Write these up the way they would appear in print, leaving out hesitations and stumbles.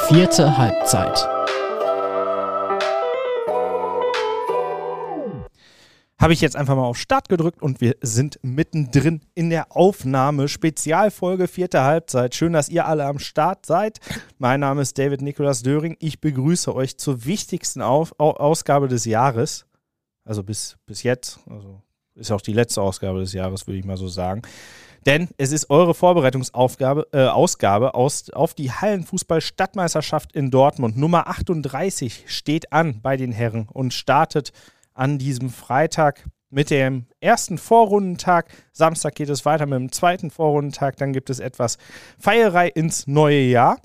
Vierte Halbzeit. Habe ich jetzt einfach mal auf Start gedrückt und wir sind mittendrin in der Aufnahme. Spezialfolge Vierte Halbzeit. Schön, dass ihr alle am Start seid. Mein Name ist David Nikolaus Döring. Ich begrüße euch zur wichtigsten Ausgabe des Jahres. Also bis jetzt. Also ist auch die letzte Ausgabe des Jahres, würde ich mal so sagen. Denn es ist eure Vorbereitungsausgabe auf die Hallenfußball-Stadtmeisterschaft in Dortmund. Nummer 38 steht an bei den Herren und startet an diesem Freitag mit dem ersten Vorrundentag. Samstag geht es weiter mit dem zweiten Vorrundentag. Dann gibt es etwas Feierei ins neue Jahr,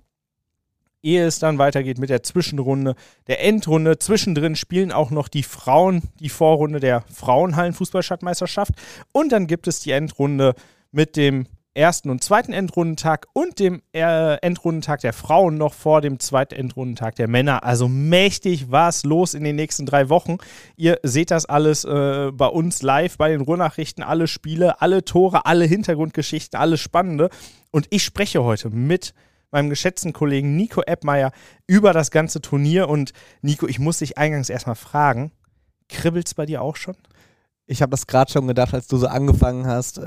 ehe es dann weitergeht mit der Zwischenrunde, der Endrunde. Zwischendrin spielen auch noch die Frauen die Vorrunde der Frauenhallen-Fußball-Stadtmeisterschaft. Und dann gibt es die Endrunde mit dem ersten und zweiten Endrundentag und dem Endrundentag der Frauen noch vor dem zweiten Endrundentag der Männer. Also mächtig was los in den nächsten 3 Wochen. Ihr seht das alles bei uns live, bei den Ruhrnachrichten, alle Spiele, alle Tore, alle Hintergrundgeschichten, alles Spannende. Und ich spreche heute mit meinem geschätzten Kollegen Nico Eppmeier über das ganze Turnier. Und Nico, ich muss dich eingangs erstmal fragen, kribbelt's bei dir auch schon? Ich habe das gerade schon gedacht, als du so angefangen hast.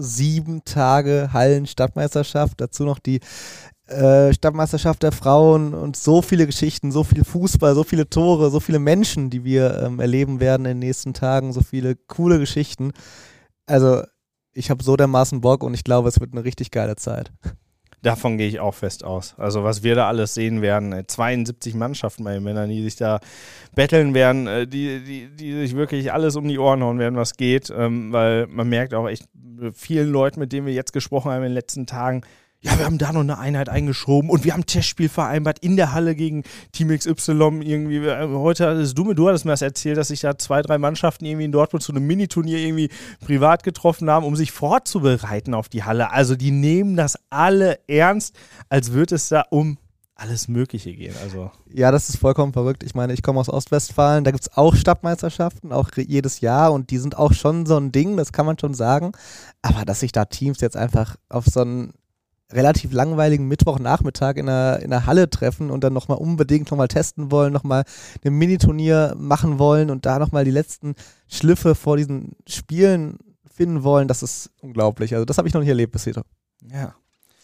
7 Tage Hallen-Stadtmeisterschaft, dazu noch die Stadtmeisterschaft der Frauen und so viele Geschichten, so viel Fußball, so viele Tore, so viele Menschen, die wir erleben werden in den nächsten Tagen, so viele coole Geschichten. Also ich habe so dermaßen Bock und ich glaube, es wird eine richtig geile Zeit. Davon gehe ich auch fest aus. Also was wir da alles sehen werden, 72 Mannschaften bei den Männern, die sich da betteln werden, die sich wirklich alles um die Ohren hauen werden, was geht, weil man merkt auch echt vielen Leuten, mit denen wir jetzt gesprochen haben in den letzten Tagen, ja, wir haben da noch eine Einheit eingeschoben und wir haben ein Testspiel vereinbart in der Halle gegen Team XY. Irgendwie, heute hattest du hattest mir das erzählt, dass sich da 2, 3 Mannschaften irgendwie in Dortmund zu einem Miniturnier irgendwie privat getroffen haben, um sich vorzubereiten auf die Halle. Also die nehmen das alle ernst, als würde es da um alles Mögliche gehen. Also ja, das ist vollkommen verrückt. Ich meine, ich komme aus Ostwestfalen, da gibt es auch Stadtmeisterschaften, auch jedes Jahr und die sind auch schon so ein Ding, das kann man schon sagen. Aber dass sich da Teams jetzt einfach auf so einen relativ langweiligen Mittwochnachmittag in der Halle treffen und dann unbedingt nochmal testen wollen, nochmal ein Miniturnier machen wollen und da nochmal die letzten Schliffe vor diesen Spielen finden wollen, das ist unglaublich. Also das habe ich noch nicht erlebt bis heute. Ja.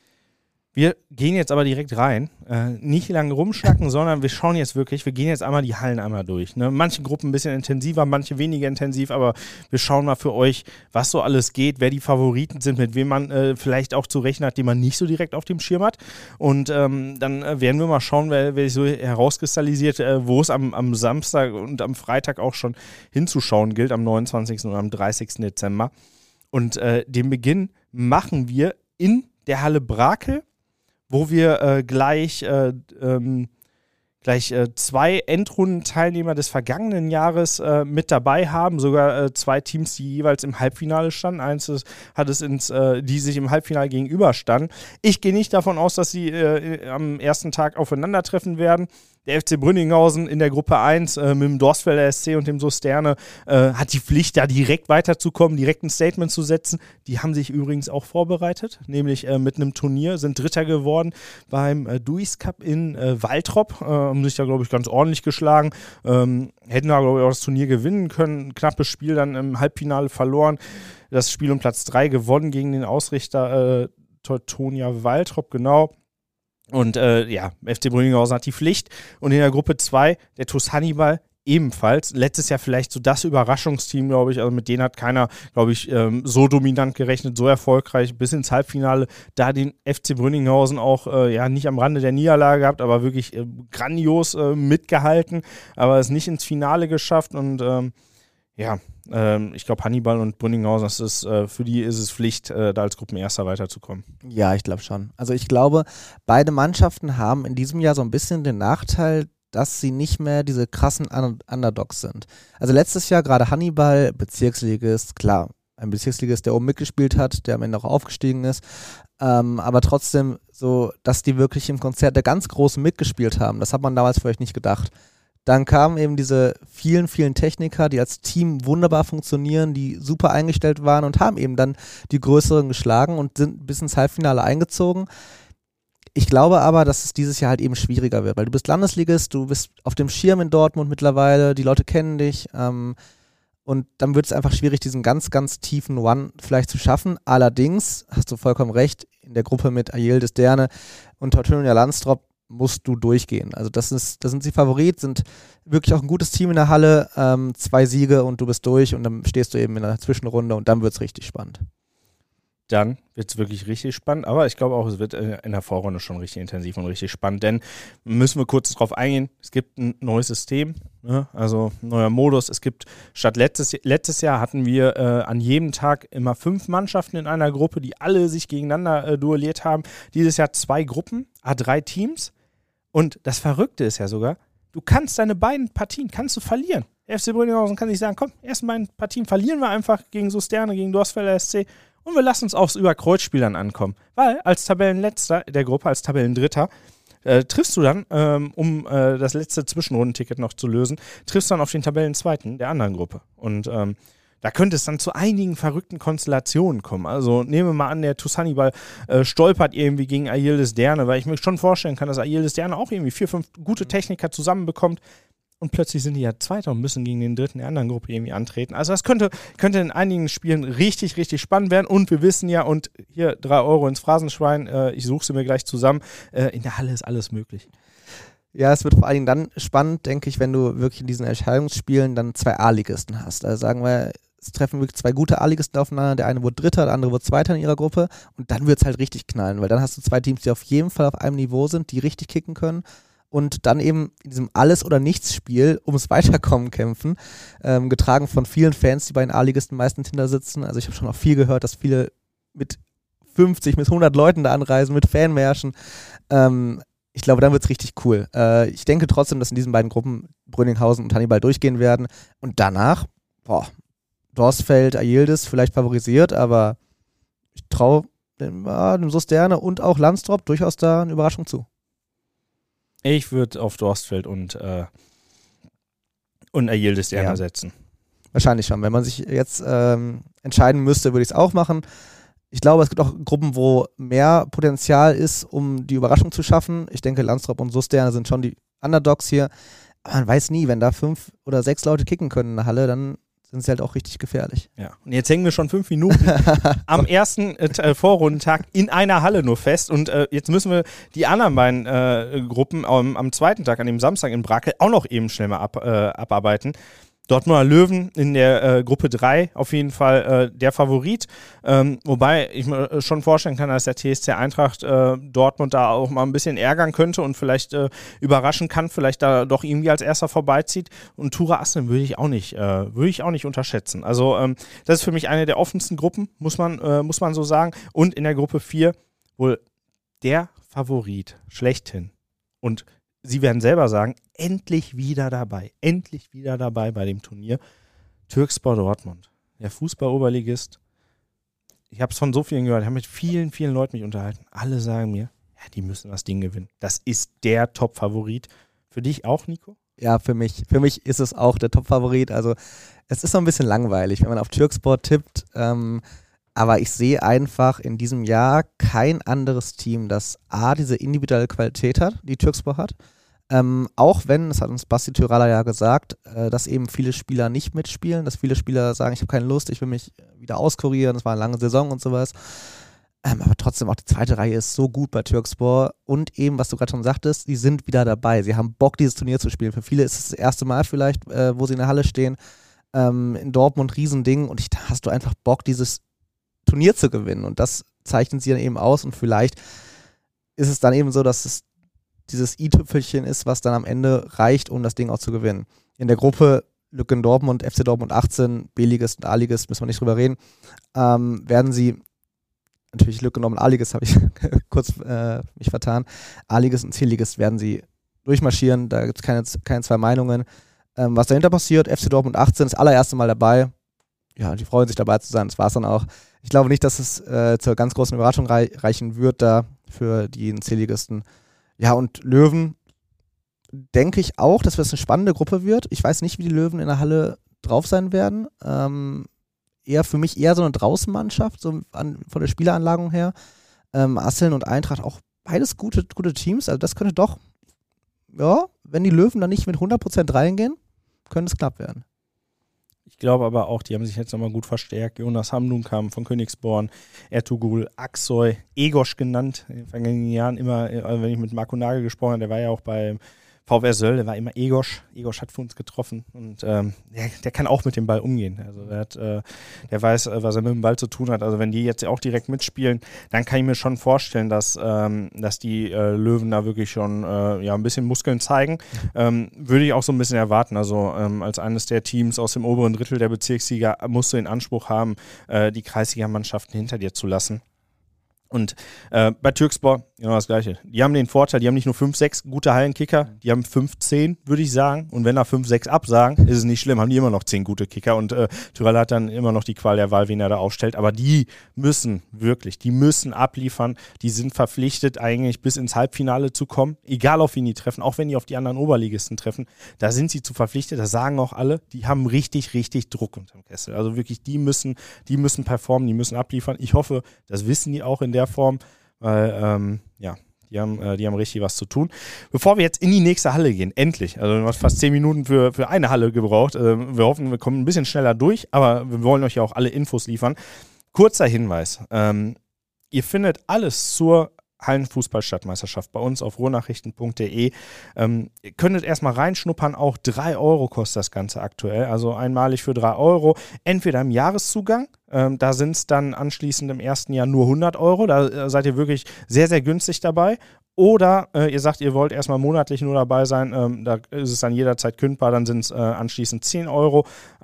Wir gehen jetzt aber direkt rein, nicht lange rumschnacken, sondern wir schauen jetzt wirklich, wir gehen jetzt einmal die Hallen einmal durch. Ne? Manche Gruppen ein bisschen intensiver, manche weniger intensiv, aber wir schauen mal für euch, was so alles geht, wer die Favoriten sind, mit wem man vielleicht auch zu rechnen hat, den man nicht so direkt auf dem Schirm hat. Und dann werden wir mal schauen, wer sich so herauskristallisiert, wo es am Samstag und am Freitag auch schon hinzuschauen gilt, am 29. und am 30. Dezember. Und den Beginn machen wir in der Halle Brakel, wo wir gleich 2 Endrundenteilnehmer des vergangenen Jahres mit dabei haben, sogar 2 Teams, die jeweils im Halbfinale standen. Eins die sich im Halbfinale gegenüberstanden. Ich gehe nicht davon aus, dass sie am ersten Tag aufeinandertreffen werden. Der FC Brünninghausen in der Gruppe 1 mit dem Dorstfelder SC und dem Sosterne hat die Pflicht, da direkt weiterzukommen, direkt ein Statement zu setzen. Die haben sich übrigens auch vorbereitet, nämlich mit einem Turnier, sind Dritter geworden beim Duis Cup in Waltrop, haben sich da, glaube ich, ganz ordentlich geschlagen, hätten da, glaube ich, auch das Turnier gewinnen können, knappes Spiel dann im Halbfinale verloren, das Spiel um Platz 3 gewonnen gegen den Ausrichter Teutonia Waltrop, genau. Und FC Brünninghausen hat die Pflicht. Und in der Gruppe 2 der TuS Hannibal ebenfalls. Letztes Jahr vielleicht so das Überraschungsteam, glaube ich. Also mit denen hat keiner, glaube ich, so dominant gerechnet, so erfolgreich bis ins Halbfinale. Da den FC Brünninghausen auch nicht am Rande der Niederlage gehabt, aber wirklich grandios mitgehalten. Aber es nicht ins Finale geschafft. Und ich glaube, Hannibal und Brünninghausen, für die ist es Pflicht, da als Gruppenerster weiterzukommen. Ja, ich glaube schon. Also ich glaube, beide Mannschaften haben in diesem Jahr so ein bisschen den Nachteil, dass sie nicht mehr diese krassen Underdogs sind. Also letztes Jahr gerade Hannibal, Bezirksligist, klar, ein Bezirksligist, der oben mitgespielt hat, der am Ende auch aufgestiegen ist, aber trotzdem so, dass die wirklich im Konzert der ganz Großen mitgespielt haben, das hat man damals vielleicht nicht gedacht. Dann kamen eben diese vielen, vielen Techniker, die als Team wunderbar funktionieren, die super eingestellt waren und haben eben dann die Größeren geschlagen und sind bis ins Halbfinale eingezogen. Ich glaube aber, dass es dieses Jahr halt eben schwieriger wird, weil du bist Landesligist, du bist auf dem Schirm in Dortmund mittlerweile, die Leute kennen dich und dann wird es einfach schwierig, diesen ganz, ganz tiefen One vielleicht zu schaffen. Allerdings, hast du vollkommen recht, in der Gruppe mit Aeildes Derne und Teutonia Lahnstrop musst du durchgehen. Also das sind sie Favorit, sind wirklich auch ein gutes Team in der Halle, 2 Siege und du bist durch und dann stehst du eben in einer Zwischenrunde und dann wird es richtig spannend. Dann wird es wirklich richtig spannend, aber ich glaube auch, es wird in der Vorrunde schon richtig intensiv und richtig spannend, denn müssen wir kurz darauf eingehen, es gibt ein neues System, ne? Also ein neuer Modus, es gibt statt letztes Jahr hatten wir an jedem Tag immer 5 Mannschaften in einer Gruppe, die alle sich gegeneinander duelliert haben, dieses Jahr 2 Gruppen, A3 Teams und das Verrückte ist ja sogar, du kannst deine beiden Partien, verlieren. Der FC Brünninghausen kann sich sagen, komm, ersten beiden Partien verlieren wir einfach gegen Susterne, gegen Dorstfelder SC und wir lassen uns aufs Überkreuzspiel dann ankommen. Weil als Tabellenletzter der Gruppe, als Tabellendritter, triffst du dann, um das letzte Zwischenrundenticket noch zu lösen, triffst dann auf den Tabellenzweiten der anderen Gruppe. Und da könnte es dann zu einigen verrückten Konstellationen kommen. Also nehmen wir mal an, der TuS Hannibal stolpert irgendwie gegen Aeildes Derne, weil ich mir schon vorstellen kann, dass Aeildes Derne auch irgendwie 4, 5 gute Techniker zusammenbekommt und plötzlich sind die ja Zweiter und müssen gegen den Dritten der anderen Gruppe irgendwie antreten. Also das könnte in einigen Spielen richtig, richtig spannend werden und wir wissen ja, und hier 3 Euro ins Phrasenschwein, ich suche sie mir gleich zusammen, in der Halle ist alles möglich. Ja, es wird vor allen Dingen dann spannend, denke ich, wenn du wirklich in diesen Entscheidungsspielen dann 2 A-Ligisten hast. Also sagen wir, es treffen wirklich 2 gute A-Ligisten aufeinander, der eine wird Dritter, der andere wird Zweiter in ihrer Gruppe und dann wird es halt richtig knallen, weil dann hast du 2 Teams, die auf jeden Fall auf einem Niveau sind, die richtig kicken können und dann eben in diesem Alles-oder-Nichts-Spiel ums Weiterkommen kämpfen, getragen von vielen Fans, die bei den A-Ligisten meistens hinter sitzen. Also ich habe schon auch viel gehört, dass viele mit 50 bis 100 Leuten da anreisen, mit Fanmärschen. Ich glaube, dann wird es richtig cool. Ich denke trotzdem, dass in diesen beiden Gruppen Brünninghausen und Hannibal durchgehen werden und danach, Dorstfeld, Aeildes vielleicht favorisiert, aber ich traue dem Susterne und auch Lahnstrop durchaus da eine Überraschung zu. Ich würde auf Dorstfeld und Aeildes Derne setzen. Wahrscheinlich schon. Wenn man sich jetzt entscheiden müsste, würde ich es auch machen. Ich glaube, es gibt auch Gruppen, wo mehr Potenzial ist, um die Überraschung zu schaffen. Ich denke, Lahnstrop und Susterne sind schon die Underdogs hier. Aber man weiß nie, wenn da 5 oder 6 Leute kicken können in der Halle, dann sind sie halt auch richtig gefährlich. Ja, und jetzt hängen wir schon 5 Minuten am ersten Vorrundentag in einer Halle nur fest und jetzt müssen wir die anderen beiden Gruppen am zweiten Tag, an dem Samstag in Brakel, auch noch eben schnell mal abarbeiten. Dortmunder Löwen in der Gruppe 3 auf jeden Fall der Favorit, wobei ich mir schon vorstellen kann, dass der TSC Eintracht Dortmund da auch mal ein bisschen ärgern könnte und vielleicht überraschen kann, vielleicht da doch irgendwie als erster vorbeizieht und Tura Asseln würde ich auch nicht unterschätzen. Also das ist für mich eine der offensten Gruppen, muss man so sagen, und in der Gruppe 4 wohl der Favorit schlechthin und Sie werden selber sagen, endlich wieder dabei bei dem Turnier. Türkspor Dortmund, der Fußball-Oberligist. Ich habe es von so vielen gehört, ich habe mit vielen, vielen Leuten mich unterhalten. Alle sagen mir, ja, die müssen das Ding gewinnen. Das ist der Top-Favorit. Für dich auch, Nico? Ja, für mich ist es auch der Top-Favorit. Also es ist so ein bisschen langweilig, wenn man auf Türkspor tippt. Aber ich sehe einfach in diesem Jahr kein anderes Team, das A, diese individuelle Qualität hat, die Türkspor hat. Auch wenn, das hat uns Basti Tyraller ja gesagt, dass eben viele Spieler nicht mitspielen, dass viele Spieler sagen, ich habe keine Lust, ich will mich wieder auskurieren, das war eine lange Saison und sowas. Aber trotzdem auch die zweite Reihe ist so gut bei Türkspor und eben, was du gerade schon sagtest, die sind wieder dabei. Sie haben Bock, dieses Turnier zu spielen. Für viele ist es das erste Mal vielleicht, wo sie in der Halle stehen. In Dortmund Riesending und da hast du einfach Bock, dieses Turnier zu gewinnen und das zeichnen sie dann eben aus und vielleicht ist es dann eben so, dass es dieses i-Tüpfelchen ist, was dann am Ende reicht, um das Ding auch zu gewinnen. In der Gruppe Lücken Dortmund, FC Dortmund 18, B-Ligist und A-Ligist, müssen wir nicht drüber reden, werden sie, natürlich Lücken Dortmund A-Ligist, habe ich kurz mich vertan, A-Ligist und C-Ligist werden sie durchmarschieren, da gibt es keine 2 Meinungen. Was dahinter passiert, FC Dortmund 18 ist das allererste Mal dabei, ja, die freuen sich dabei zu sein, das war es dann auch. Ich glaube nicht, dass es zur ganz großen Überraschung reichen wird da für die C-Ligisten. Ja, und Löwen denke ich auch, dass das eine spannende Gruppe wird. Ich weiß nicht, wie die Löwen in der Halle drauf sein werden. Für mich eher so eine Draußenmannschaft, von der Spieleranlagung her. Asseln und Eintracht auch beides gute Teams. Also das könnte doch, ja, wenn die Löwen dann nicht mit 100% reingehen, könnte es knapp werden. Ich glaube aber auch, die haben sich jetzt nochmal gut verstärkt. Jonas Hamdun kam von Königsborn, Ertuğrul Aksoy, Egosch genannt. In den vergangenen Jahren immer, also wenn ich mit Marco Nagel gesprochen habe, der war ja auch bei VfR Söll, der war immer Egosch. Egosch hat für uns getroffen und der kann auch mit dem Ball umgehen. Also der weiß, was er mit dem Ball zu tun hat. Also wenn die jetzt auch direkt mitspielen, dann kann ich mir schon vorstellen, dass die Löwen da wirklich schon ein bisschen Muskeln zeigen. Würde ich auch so ein bisschen erwarten. Also als eines der Teams aus dem oberen Drittel der Bezirksliga musst du den Anspruch haben, die Kreisligamannschaften hinter dir zu lassen. Und bei Türkspor genau das Gleiche. Die haben den Vorteil, die haben nicht nur 5, 6 gute Hallenkicker, die haben 5, 10, würde ich sagen. Und wenn da 5, 6 absagen, ist es nicht schlimm, haben die immer noch 10 gute Kicker. Und Tyrell hat dann immer noch die Qual der Wahl, wen er da aufstellt. Aber die müssen abliefern. Die sind verpflichtet, eigentlich bis ins Halbfinale zu kommen. Egal, auf wen die treffen, auch wenn die auf die anderen Oberligisten treffen. Da sind sie zu verpflichtet, das sagen auch alle. Die haben richtig, richtig Druck unterm Kessel. Also wirklich, die müssen performen, die müssen abliefern. Ich hoffe, das wissen die auch in der Form, weil die haben richtig was zu tun. Bevor wir jetzt in die nächste Halle gehen, endlich, also du hast fast 10 Minuten für eine Halle gebraucht, wir hoffen, wir kommen ein bisschen schneller durch, aber wir wollen euch ja auch alle Infos liefern. Kurzer Hinweis, ihr findet alles zur Hallenfußball-Stadtmeisterschaft bei uns auf ruhrnachrichten.de. Ihr könntet erstmal reinschnuppern, auch 3 Euro kostet das Ganze aktuell, also einmalig für 3 Euro, entweder im Jahreszugang, da sind es dann anschließend im ersten Jahr nur 100 Euro, da seid ihr wirklich sehr, sehr günstig dabei. Oder ihr sagt, ihr wollt erstmal monatlich nur dabei sein, da ist es dann jederzeit kündbar, dann sind es anschließend 10 Euro.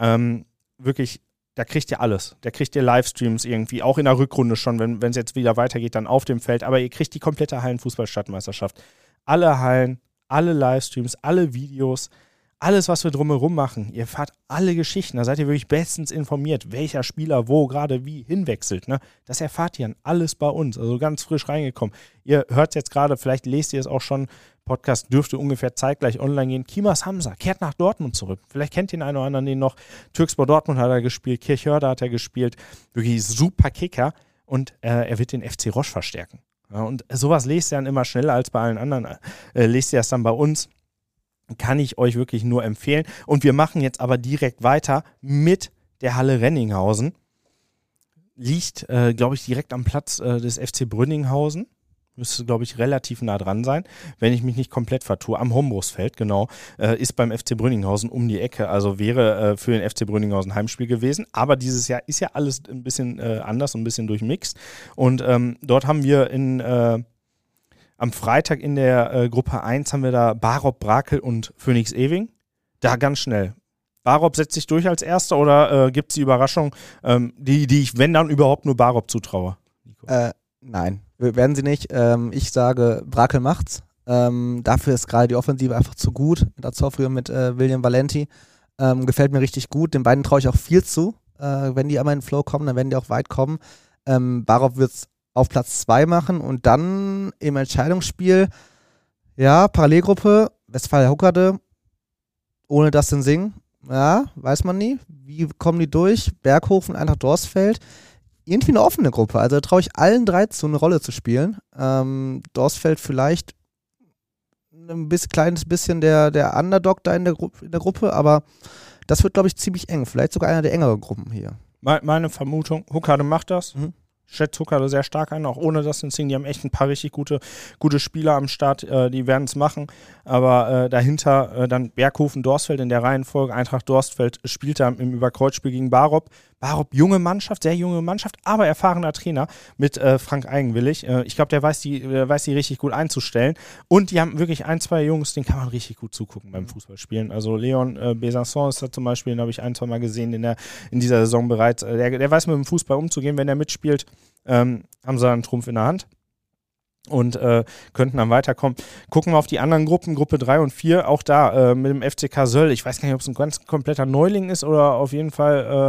Wirklich, da kriegt ihr alles. Da kriegt ihr Livestreams irgendwie, auch in der Rückrunde schon, wenn es jetzt wieder weitergeht, dann auf dem Feld. Aber ihr kriegt die komplette Hallenfußball-Stadtmeisterschaft. Alle Hallen, alle Livestreams, alle Videos, alles, was wir drumherum machen. Ihr erfahrt alle Geschichten. Da seid ihr wirklich bestens informiert, welcher Spieler wo gerade wie hinwechselt. Ne? Das erfahrt ihr dann alles bei uns. Also ganz frisch reingekommen. Ihr hört es jetzt gerade, vielleicht lest ihr es auch schon. Podcast dürfte ungefähr zeitgleich online gehen. Kimas Hamza kehrt nach Dortmund zurück. Vielleicht kennt den einen oder anderen den noch. Türkspor Dortmund hat er gespielt, Kirchhörder hat er gespielt. Wirklich super Kicker. Und er wird den FC Roche verstärken. Ja, und sowas lest ihr dann immer schneller als bei allen anderen. Lest ihr das dann bei uns. Kann ich euch wirklich nur empfehlen. Und wir machen jetzt aber direkt weiter mit der Halle Renninghausen. Liegt, glaube ich, direkt am Platz des FC Brünninghausen. Müsste, glaube ich, relativ nah dran sein, wenn ich mich nicht komplett vertue. Am Hombruchsfeld, genau, ist beim FC Brünninghausen um die Ecke. Also wäre für den FC Brünninghausen Heimspiel gewesen. Aber dieses Jahr ist ja alles ein bisschen anders und ein bisschen durchmixt. Und dort haben wir am Freitag in der Gruppe 1 haben wir da Barop, Brakel und Phoenix Ewing. Da ganz schnell. Barop setzt sich durch als Erster oder gibt es die Überraschung, die ich, wenn dann, überhaupt nur Barop zutraue? Nein, werden sie nicht. Ich sage, Brakel macht's. Dafür ist gerade die Offensive einfach zu gut. Mit Azofrio, mit William Valenti. Gefällt mir richtig gut. Den beiden traue ich auch viel zu. Wenn die einmal in den Flow kommen, dann werden die auch weit kommen. Barop wird's auf Platz 2 machen und dann im Entscheidungsspiel, ja, Parallelgruppe, Westfalia Huckerde, ohne das den Singen, ja, weiß man nie. Wie kommen die durch? Berghofen, Eintracht Dorsfeld. Irgendwie eine offene Gruppe, also traue ich allen 3 zu, eine Rolle zu spielen. Dorsfeld vielleicht ein kleines bisschen der Underdog da in der Gruppe, aber das wird, glaube ich, ziemlich eng. Vielleicht sogar einer der engeren Gruppen hier. Meine Vermutung, Huckerde macht das. Schätzt Huckerde sehr stark ein, auch ohne das Sing. Die haben echt ein paar richtig gute Spieler am Start, die werden es machen. Aber dahinter dann Berghofen, Dorsfeld in der Reihenfolge. Eintracht Dorsfeld spielt da im Überkreuzspiel gegen Barop. Barop, junge Mannschaft, sehr junge Mannschaft, aber erfahrener Trainer mit Frank Eigenwillig. Ich glaube, der weiß die richtig gut einzustellen. Und die haben wirklich 1, 2 Jungs, denen kann man richtig gut zugucken beim Fußballspielen. Also Leon Besançon ist da zum Beispiel, den habe ich 1, 2 Mal gesehen in dieser Saison bereits. Der weiß mit dem Fußball umzugehen, wenn er mitspielt. Haben sie einen Trumpf in der Hand und könnten dann weiterkommen. Gucken wir auf die anderen Gruppen, Gruppe 3 und 4, auch da mit dem FCK Söll. Ich weiß gar nicht, ob es ein ganz kompletter Neuling ist oder auf jeden Fall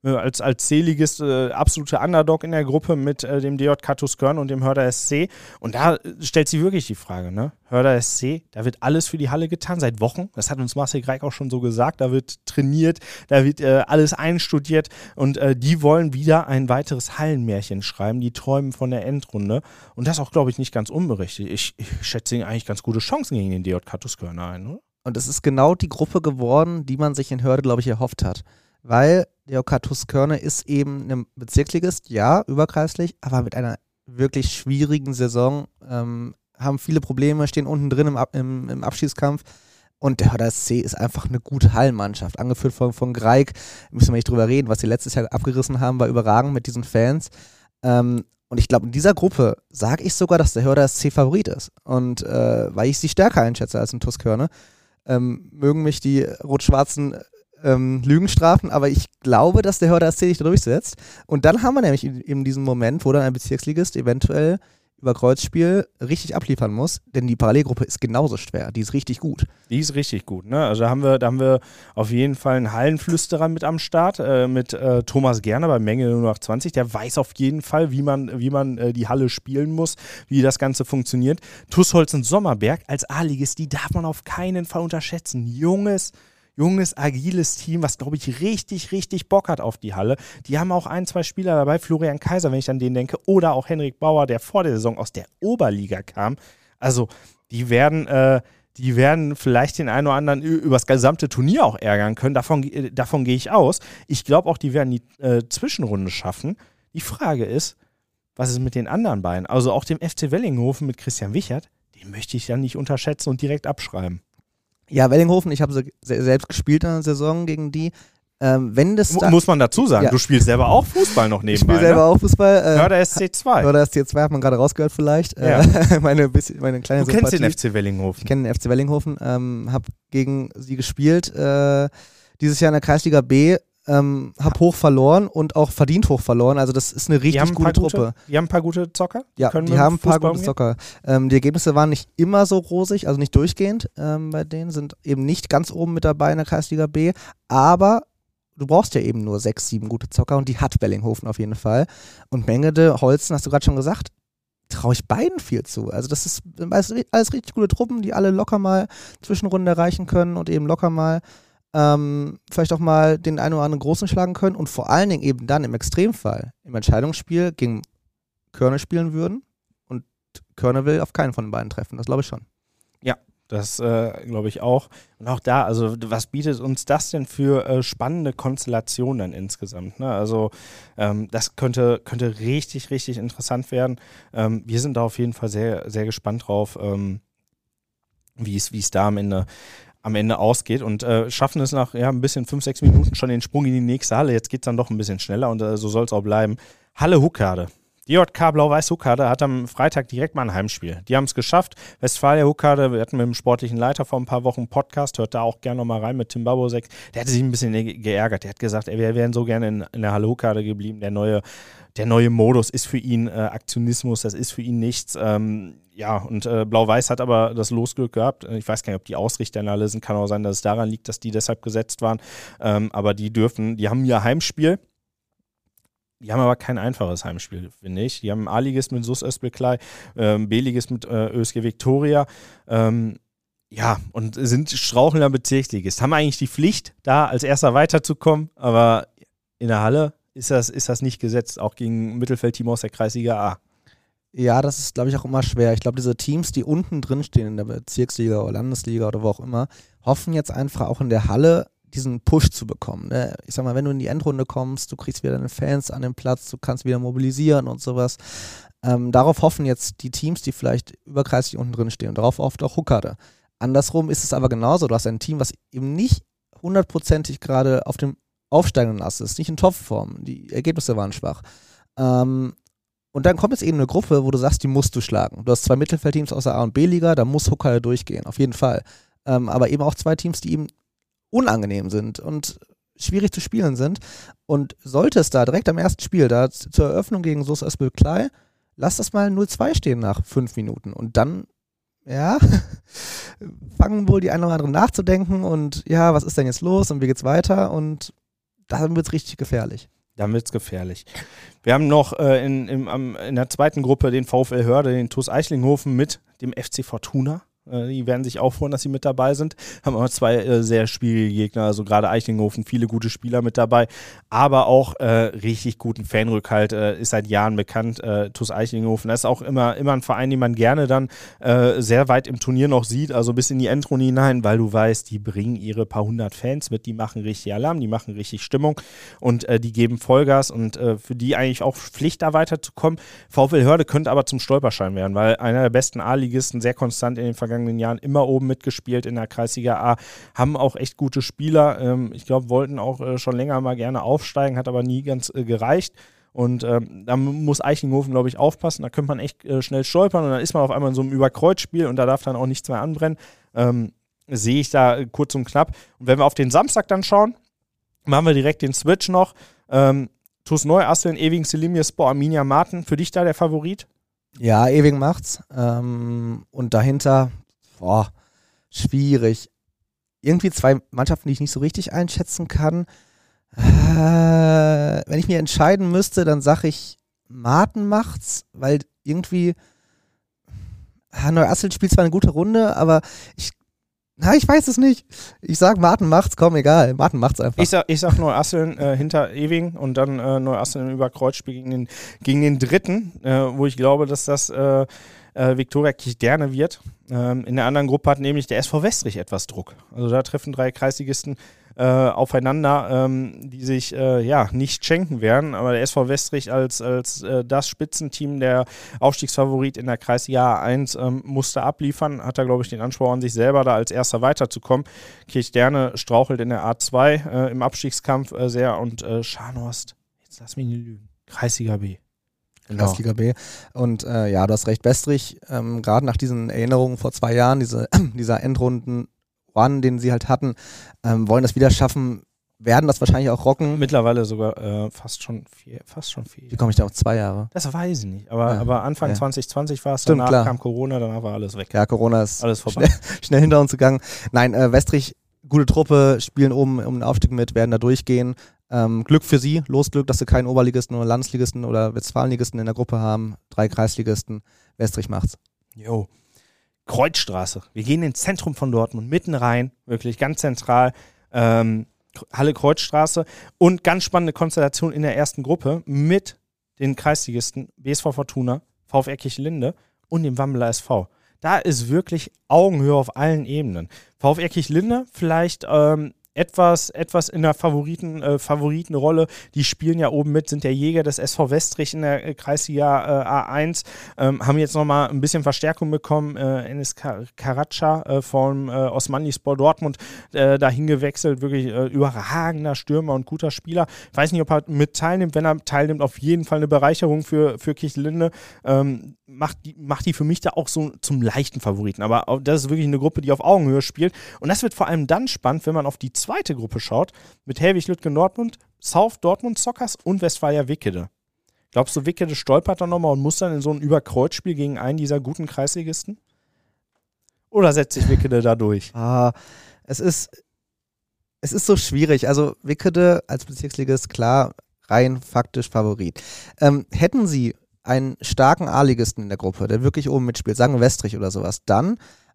als C-Ligist absolute Underdog in der Gruppe mit dem DJK Tuskern und dem Hörder SC. Und da stellt sich wirklich die Frage, ne? Hörder SC, da wird alles für die Halle getan, seit Wochen. Das hat uns Marcel Greig auch schon so gesagt. Da wird trainiert, da wird alles einstudiert und die wollen wieder ein weiteres Hallenmärchen schreiben. Die träumen von der Endrunde. Und das auch, glaube ich, nicht ganz unberechtigt. Ich schätze ihnen eigentlich ganz gute Chancen gegen den DJK Tuskern ein, oder? Und es ist genau die Gruppe geworden, die man sich in Hörde, glaube ich, erhofft hat. Weil DJK Tuskern ist eben ein Bezirksligist, ja, überkreislich, aber mit einer wirklich schwierigen Saison, haben viele Probleme, stehen unten drin im Abschießkampf. Und der Hörder SC ist einfach eine gute Hallenmannschaft. Angeführt von Greig, müssen wir nicht drüber reden, was sie letztes Jahr abgerissen haben, war überragend mit diesen Fans. Und ich glaube, in dieser Gruppe sage ich sogar, dass der Hörder SC Favorit ist. Und weil ich sie stärker einschätze als ein Tuskern, mögen mich die rot-schwarzen Lügen strafen, aber ich glaube, dass der Hörder SC sich da durchsetzt. Und dann haben wir nämlich eben diesen Moment, wo dann ein Bezirksligist eventuell über Kreuzspiel richtig abliefern muss, denn die Parallelgruppe ist genauso schwer, die ist richtig gut. Die ist richtig gut, ne? Also da haben wir auf jeden Fall einen Hallenflüsterer mit am Start, mit Thomas Gerner bei Menge 020, der weiß auf jeden Fall, wie man die Halle spielen muss, wie das Ganze funktioniert. TuS Holzen-Sommerberg als A-Ligist, die darf man auf keinen Fall unterschätzen. Junges, agiles Team, was, glaube ich, richtig, richtig Bock hat auf die Halle. Die haben auch 1, 2 Spieler dabei, Florian Kaiser, wenn ich an den denke, oder auch Henrik Bauer, der vor der Saison aus der Oberliga kam. Also, die werden vielleicht den einen oder anderen über das gesamte Turnier auch ärgern können. Davon gehe ich aus. Ich glaube auch, die werden die Zwischenrunde schaffen. Die Frage ist, was ist mit den anderen beiden? Also auch dem FC Wellinghofen mit Christian Wichert, den möchte ich ja nicht unterschätzen und direkt abschreiben. Ja, Wellinghofen, ich habe sie selbst gespielt in der Saison gegen die. Muss man dazu sagen, ja. Du spielst selber auch Fußball noch nebenbei. Ich spiele selber auch Fußball. Hörder SC2. Hörder SC2 hat man gerade rausgehört vielleicht. Ja. Meine kleine Du Sympathie. kennst den FC Wellinghofen. Ich kenne den FC Wellinghofen, habe gegen sie gespielt. Dieses Jahr in der Kreisliga B. Hab hoch verloren und auch verdient hoch verloren. Also das ist eine richtig gute Truppe. Die haben ein paar gute Zocker? Ja, die haben ein paar gute Zocker. Die Ergebnisse waren nicht immer so rosig, also nicht durchgehend. Bei denen sind eben nicht ganz oben mit dabei in der Kreisliga B. Aber du brauchst ja eben nur 6, 7 gute Zocker und die hat Wellinghofen auf jeden Fall. Und Mengede, Holzen, hast du gerade schon gesagt, traue ich beiden viel zu. Also das ist alles richtig gute Truppen, die alle locker mal Zwischenrunde erreichen können und eben locker mal vielleicht auch mal den einen oder anderen Großen schlagen können und vor allen Dingen eben dann im Extremfall im Entscheidungsspiel gegen Körne spielen würden und Körne will auf keinen von den beiden treffen, das glaube ich schon. Ja, das glaube ich auch. Und auch da, also was bietet uns das denn für spannende Konstellationen dann insgesamt? Ne? Also das könnte richtig, richtig interessant werden. Wir sind da auf jeden Fall sehr, sehr gespannt drauf, wie es da am Ende ausgeht und schaffen es nach ein bisschen 5, 6 Minuten schon den Sprung in die nächste Halle. Jetzt geht es dann doch ein bisschen schneller und so soll es auch bleiben. Halle Huckade. DJK Blau-Weiß Huckade hat am Freitag direkt mal ein Heimspiel. Die haben es geschafft. Westfalia Huckade, wir hatten mit dem sportlichen Leiter vor ein paar Wochen einen Podcast, hört da auch gerne nochmal rein mit Tim Babosek. Der hatte sich ein bisschen geärgert. Der hat gesagt, wir wären so gerne in der Halle Huckade geblieben. Der neue Modus ist für ihn Aktionismus, das ist für ihn nichts. Und Blau-Weiß hat aber das Losglück gehabt. Ich weiß gar nicht, ob die Ausrichter in der Halle sind. Kann auch sein, dass es daran liegt, dass die deshalb gesetzt waren. Aber die haben ja Heimspiel. Die haben aber kein einfaches Heimspiel, finde ich. Die haben A-Ligist mit SuS Östbeklei, B-Ligist mit ÖSG Viktoria. Und sind strauchelnder Bezirksligist. Haben eigentlich die Pflicht, da als Erster weiterzukommen, aber in der Halle ist das nicht gesetzt, auch gegen ein Mittelfeldteam aus der Kreisliga A. Ja, das ist, glaube ich, auch immer schwer. Ich glaube, diese Teams, die unten drin stehen in der Bezirksliga oder Landesliga oder wo auch immer, hoffen jetzt einfach auch in der Halle diesen Push zu bekommen. Ne? Ich sag mal, wenn du in die Endrunde kommst, du kriegst wieder deine Fans an den Platz, du kannst wieder mobilisieren und sowas. Darauf hoffen jetzt die Teams, die vielleicht überkreislich unten drin stehen und darauf hofft auch Huckade. Andersrum ist es aber genauso. Du hast ein Team, was eben nicht 100%ig gerade auf dem aufsteigenden Ast ist, nicht in Topform. Die Ergebnisse waren schwach. Und dann kommt jetzt eben eine Gruppe, wo du sagst, die musst du schlagen. Du hast 2 Mittelfeldteams aus der A- und B-Liga, da muss Huckade durchgehen, auf jeden Fall. Aber eben auch 2 Teams, die eben unangenehm sind und schwierig zu spielen sind. Und sollte es da direkt am ersten Spiel, da zur Eröffnung gegen SuS Östbeklei, lass das mal 0-2 stehen nach 5 Minuten. Und dann, fangen wohl die einen oder anderen nachzudenken und was ist denn jetzt los und wie geht's weiter? Und dann wird es richtig gefährlich. Dann wird es gefährlich. Wir haben noch in der zweiten Gruppe den VfL Hörde, den TuS Eichlinghofen mit dem FC Fortuna. Die werden sich auch freuen, dass sie mit dabei sind. Haben aber zwei sehr schwierige Gegner, also gerade Eichlinghofen, viele gute Spieler mit dabei, aber auch richtig guten Fanrückhalt, ist seit Jahren bekannt, TuS Eichlinghofen. Das ist auch immer ein Verein, den man gerne dann sehr weit im Turnier noch sieht, also bis in die Endrunde hinein, weil du weißt, die bringen ihre paar hundert Fans mit, die machen richtig Alarm, die machen richtig Stimmung und die geben Vollgas und für die eigentlich auch Pflicht, da weiterzukommen. VfL Hörde könnte aber zum Stolperschein werden, weil einer der besten A-Ligisten, sehr konstant in den vergangenen Jahren immer oben mitgespielt in der Kreisliga A, haben auch echt gute Spieler. Ich glaube, wollten auch schon länger mal gerne aufsteigen, hat aber nie ganz gereicht. Und da muss Eichlinghofen, glaube ich, aufpassen. Da könnte man echt schnell stolpern und dann ist man auf einmal in so einem Überkreuzspiel und da darf dann auch nichts mehr anbrennen. Sehe ich da kurz und knapp. Und wenn wir auf den Samstag dann schauen, machen wir direkt den Switch noch. TuS Neuasseln, Ewing, Selimierspor, Arminia Marten. Für dich da der Favorit? Ja, Ewing macht's. Und dahinter, schwierig. Irgendwie zwei Mannschaften, die ich nicht so richtig einschätzen kann. Wenn ich mir entscheiden müsste, dann sage ich, Marten macht's, weil irgendwie Neuasseln spielt zwar eine gute Runde, aber ich weiß es nicht. Ich sag, Marten macht's, komm, egal. Marten macht's einfach. Ich sag Neuasseln hinter Ewing und dann Neuasseln im Überkreuzspiel gegen den Dritten, wo ich glaube, dass das Viktoria Kirchderne wird. In der anderen Gruppe hat nämlich der SV Westrich etwas Druck. Also da treffen drei Kreisligisten aufeinander, die sich nicht schenken werden. Aber der SV Westrich als das Spitzenteam, der Aufstiegsfavorit in der Kreisliga A1, musste abliefern. Hat da, glaube ich, den Anspruch an sich selber, da als Erster weiterzukommen. Kirchderne strauchelt in der A2 im Abstiegskampf sehr und Scharnhorst, jetzt lass mich nicht lügen, Kreisliga B. Genau. Kreisliga B. Und du hast recht, Westrich, gerade nach diesen Erinnerungen vor 2 Jahren, dieser Endrunden-Run, den sie halt hatten, wollen das wieder schaffen, werden das wahrscheinlich auch rocken. Mittlerweile sogar fast schon 4. Wie komme ich da auf 2 Jahre? Das weiß ich nicht, aber Anfang 2020 war es, stimmt, danach klar. Kam Corona, danach war alles weg. Ja, Corona ist alles vorbei. Schnell hinter uns gegangen. Nein, Westrich, gute Truppe, spielen oben um den Aufstieg mit, werden da durchgehen. Glück für sie, Losglück, dass sie keinen Oberligisten oder Landesligisten oder Westfalenligisten in der Gruppe haben. 3 Kreisligisten, Westrich macht's. Jo. Kreuzstraße. Wir gehen ins Zentrum von Dortmund, mitten rein, wirklich ganz zentral. Halle Kreuzstraße und ganz spannende Konstellation in der ersten Gruppe mit den Kreisligisten BSV Fortuna, VfR Kirchlinde und dem Wambeler SV. Da ist wirklich Augenhöhe auf allen Ebenen. VfR Kirchlinde vielleicht etwas in der Favoritenrolle. Die spielen ja oben mit, sind der Jäger des SV Westrich in der Kreisliga A1, haben jetzt nochmal ein bisschen Verstärkung bekommen. Enes Karaca vom Osmanispor Dortmund dahin gewechselt, wirklich überragender Stürmer und guter Spieler. Ich weiß nicht, ob er mit teilnimmt. Wenn er teilnimmt, auf jeden Fall eine Bereicherung für Kirchlinde. Macht die für mich da auch so zum leichten Favoriten. Aber das ist wirklich eine Gruppe, die auf Augenhöhe spielt. Und das wird vor allem dann spannend, wenn man auf die zweite Gruppe schaut, mit Hellwig-Lütgen Dortmund, South Dortmund Sockers und Westfalia Wickede. Glaubst du, Wickede stolpert dann nochmal und muss dann in so ein Überkreuzspiel gegen einen dieser guten Kreisligisten? Oder setzt sich Wickede da durch? Es ist so schwierig. Also Wickede als Bezirksligist, klar, rein faktisch Favorit. Hätten sie einen starken A-Ligisten in der Gruppe, der wirklich oben mitspielt, sagen wir Westrich oder sowas, dann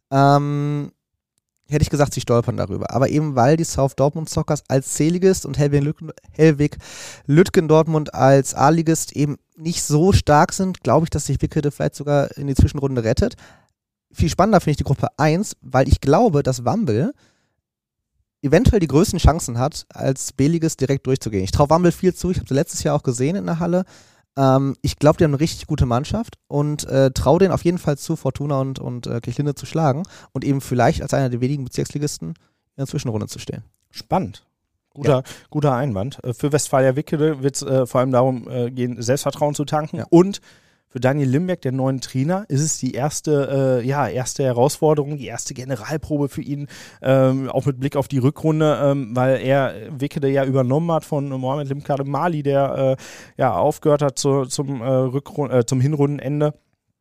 hätte ich gesagt, sie stolpern darüber. Aber eben weil die South Dortmund Sockers als C-Ligist und Hellwig-Lütgen Dortmund als A-Ligist eben nicht so stark sind, glaube ich, dass sich Wickede vielleicht sogar in die Zwischenrunde rettet. Viel spannender finde ich die Gruppe 1, weil ich glaube, dass Wambel eventuell die größten Chancen hat, als B-Ligist direkt durchzugehen. Ich traue Wambel viel zu, ich habe sie letztes Jahr auch gesehen in der Halle. Ich glaube, die haben eine richtig gute Mannschaft und traue denen auf jeden Fall zu, Fortuna und Kirchlinde zu schlagen und eben vielleicht als einer der wenigen Bezirksligisten in der Zwischenrunde zu stehen. Spannend. Guter Einwand. Für Westfalia Wickede wird es vor allem darum gehen, Selbstvertrauen zu tanken und für Daniel Limbeck, der neuen Trainer, ist es die erste Herausforderung, die erste Generalprobe für ihn, auch mit Blick auf die Rückrunde, weil er Wickede ja übernommen hat von Mohamed Limkade Mali, der aufgehört hat zum Hinrundenende.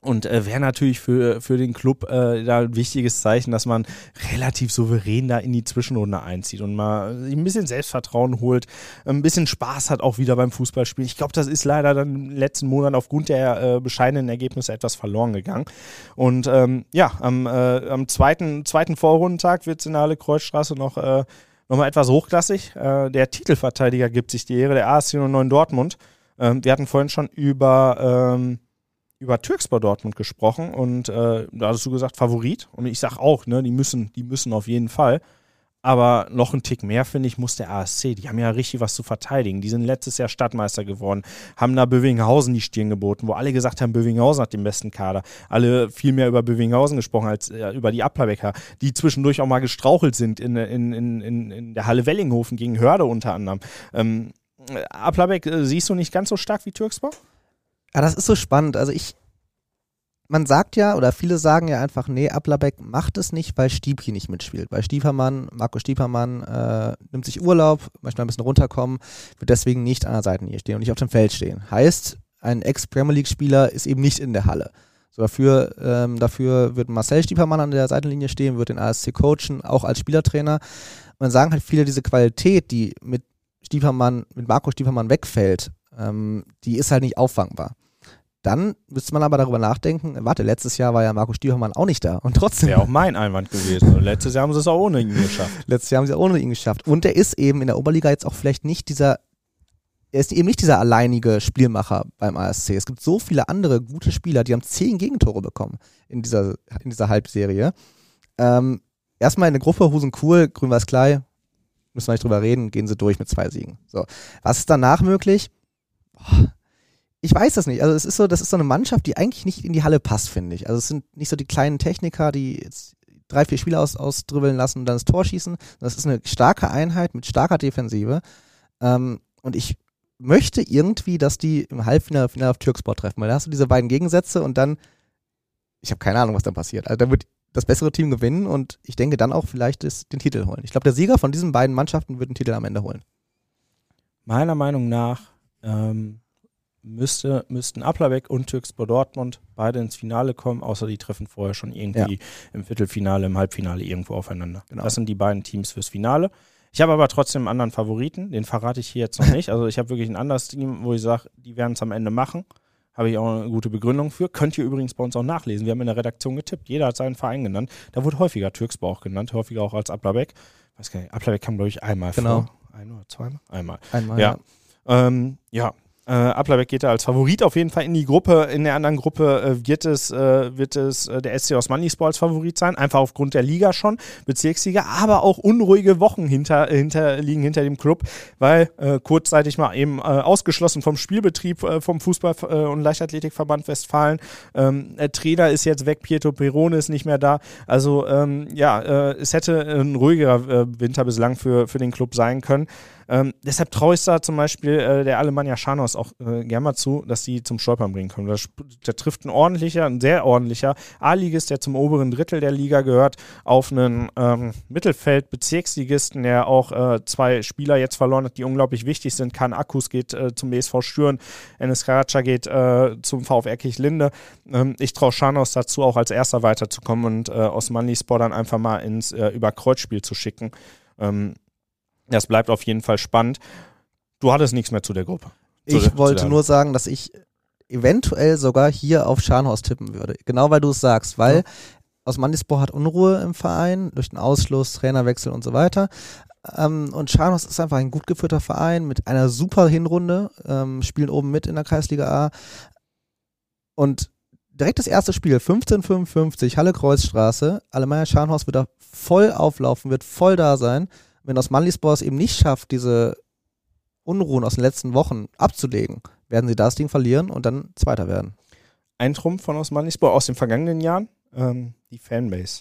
Und wäre natürlich für den Club da ein wichtiges Zeichen, dass man relativ souverän da in die Zwischenrunde einzieht und mal ein bisschen Selbstvertrauen holt, ein bisschen Spaß hat auch wieder beim Fußballspielen. Ich glaube, das ist leider dann in den letzten Monaten aufgrund der bescheidenen Ergebnisse etwas verloren gegangen. Und am zweiten Vorrundentag wird es in der Halle Kreuzstraße noch mal etwas hochklassig. Der Titelverteidiger gibt sich die Ehre, der AS 09 Dortmund. Wir hatten vorhin schon über Türkspor Dortmund gesprochen und da hast du gesagt Favorit und ich sag auch, ne, die müssen auf jeden Fall, aber noch einen Tick mehr, finde ich, muss der ASC, die haben ja richtig was zu verteidigen, die sind letztes Jahr Stadtmeister geworden, haben da Bövinghausen die Stirn geboten, wo alle gesagt haben, Bövinghausen hat den besten Kader, alle viel mehr über Bövinghausen gesprochen als über die Applerbecker, die zwischendurch auch mal gestrauchelt sind in der Halle Wellinghofen gegen Hörde unter anderem. Applerbeck siehst du nicht ganz so stark wie Türkspor? Ja, das ist so spannend. Also man sagt ja, oder viele sagen ja einfach, nee, Applerbeck macht es nicht, weil Stiepki nicht mitspielt. Weil Marco Stiepermann nimmt sich Urlaub, möchte mal ein bisschen runterkommen, wird deswegen nicht an der Seitenlinie stehen und nicht auf dem Feld stehen. Heißt, ein Ex-Premier League-Spieler ist eben nicht in der Halle. So, dafür wird Marcel Stiepermann an der Seitenlinie stehen, wird den ASC coachen, auch als Spielertrainer. Und dann sagen halt viele, diese Qualität, die mit Marco Stiepermann wegfällt, die ist halt nicht auffangbar. Dann müsste man aber darüber nachdenken, letztes Jahr war ja Marco Stiepermann auch nicht da und trotzdem. Wäre auch mein Einwand gewesen. Letztes Jahr haben sie es auch ohne ihn geschafft. Und er ist eben in der Oberliga jetzt auch vielleicht nicht er ist eben nicht dieser alleinige Spielmacher beim ASC. Es gibt so viele andere gute Spieler, die haben 10 Gegentore bekommen in dieser Halbserie. Erstmal in der Gruppe Husenkuhl, Grün-Weiß Klei, müssen wir nicht drüber reden, gehen sie durch mit 2 Siegen. So. Was ist danach möglich? Ich weiß das nicht. Also das ist so eine Mannschaft, die eigentlich nicht in die Halle passt, finde ich. Also es sind nicht so die kleinen Techniker, die jetzt 3, 4 Spieler ausdribbeln lassen und dann das Tor schießen. Das ist eine starke Einheit mit starker Defensive. Und ich möchte irgendwie, dass die im Halbfinale auf Türkspor treffen, weil da hast du diese beiden Gegensätze und dann, ich habe keine Ahnung, was dann passiert. Also da wird das bessere Team gewinnen und ich denke dann auch vielleicht den Titel holen. Ich glaube, der Sieger von diesen beiden Mannschaften wird den Titel am Ende holen. Meiner Meinung nach müssten Applerbeck und Türkspor Dortmund beide ins Finale kommen, außer die treffen vorher schon irgendwie im Viertelfinale, im Halbfinale irgendwo aufeinander. Genau. Das sind die beiden Teams fürs Finale. Ich habe aber trotzdem einen anderen Favoriten, den verrate ich hier jetzt noch nicht. Also ich habe wirklich ein anderes Team, wo ich sage, die werden es am Ende machen. Habe ich auch eine gute Begründung für. Könnt ihr übrigens bei uns auch nachlesen. Wir haben in der Redaktion getippt. Jeder hat seinen Verein genannt. Da wurde häufiger Türkspor auch genannt, häufiger auch als Applerbeck. Weiß gar nicht, Applerbeck kam, glaube ich, einmal vor. Ein oder zweimal? Einmal. Ja. Applerbeck geht da als Favorit auf jeden Fall in die Gruppe. In der anderen Gruppe wird es der SC Osmanispor als Favorit sein, einfach aufgrund der Liga schon, Bezirksliga, aber auch unruhige Wochen liegen hinter dem Club, weil kurzzeitig mal eben ausgeschlossen vom Spielbetrieb vom Fußball- und Leichtathletikverband Westfalen. Trainer ist jetzt weg, Pietro Perone ist nicht mehr da. Also es hätte ein ruhigerer Winter bislang für den Club sein können. Deshalb traue ich da zum Beispiel der Alemannia Scharnhorst auch gerne mal zu, dass sie zum Stolpern bringen können. Da trifft ein sehr ordentlicher A-Ligist, der zum oberen Drittel der Liga gehört, auf einen Mittelfeld-Bezirksligisten, der auch 2 Spieler jetzt verloren hat, die unglaublich wichtig sind. Kan Akkus geht zum BSV Stüren, Enes Karaca geht zum VfR Kirchlinde. Ich traue Scharnhorst dazu, auch als Erster weiterzukommen und Osmanispor dann einfach mal ins Überkreuzspiel zu schicken. Das bleibt auf jeden Fall spannend. Du hattest nichts mehr zu der Gruppe. Ich wollte nur sagen, dass ich eventuell sogar hier auf Scharnhorst tippen würde. Genau weil du es sagst, weil Osmanispor hat Unruhe im Verein durch den Ausschluss, Trainerwechsel und so weiter. Und Scharnhorst ist einfach ein gut geführter Verein mit einer super Hinrunde, spielen oben mit in der Kreisliga A. Und direkt das erste Spiel, 15:55, Halle Kreuzstraße, Alemannia Scharnhorst wird da voll auflaufen, wird voll da sein. Wenn Osmanispor es eben nicht schafft, diese Unruhen aus den letzten Wochen abzulegen, werden sie das Ding verlieren und dann Zweiter werden. Ein Trumpf von Osmanispor aus den vergangenen Jahren, die Fanbase.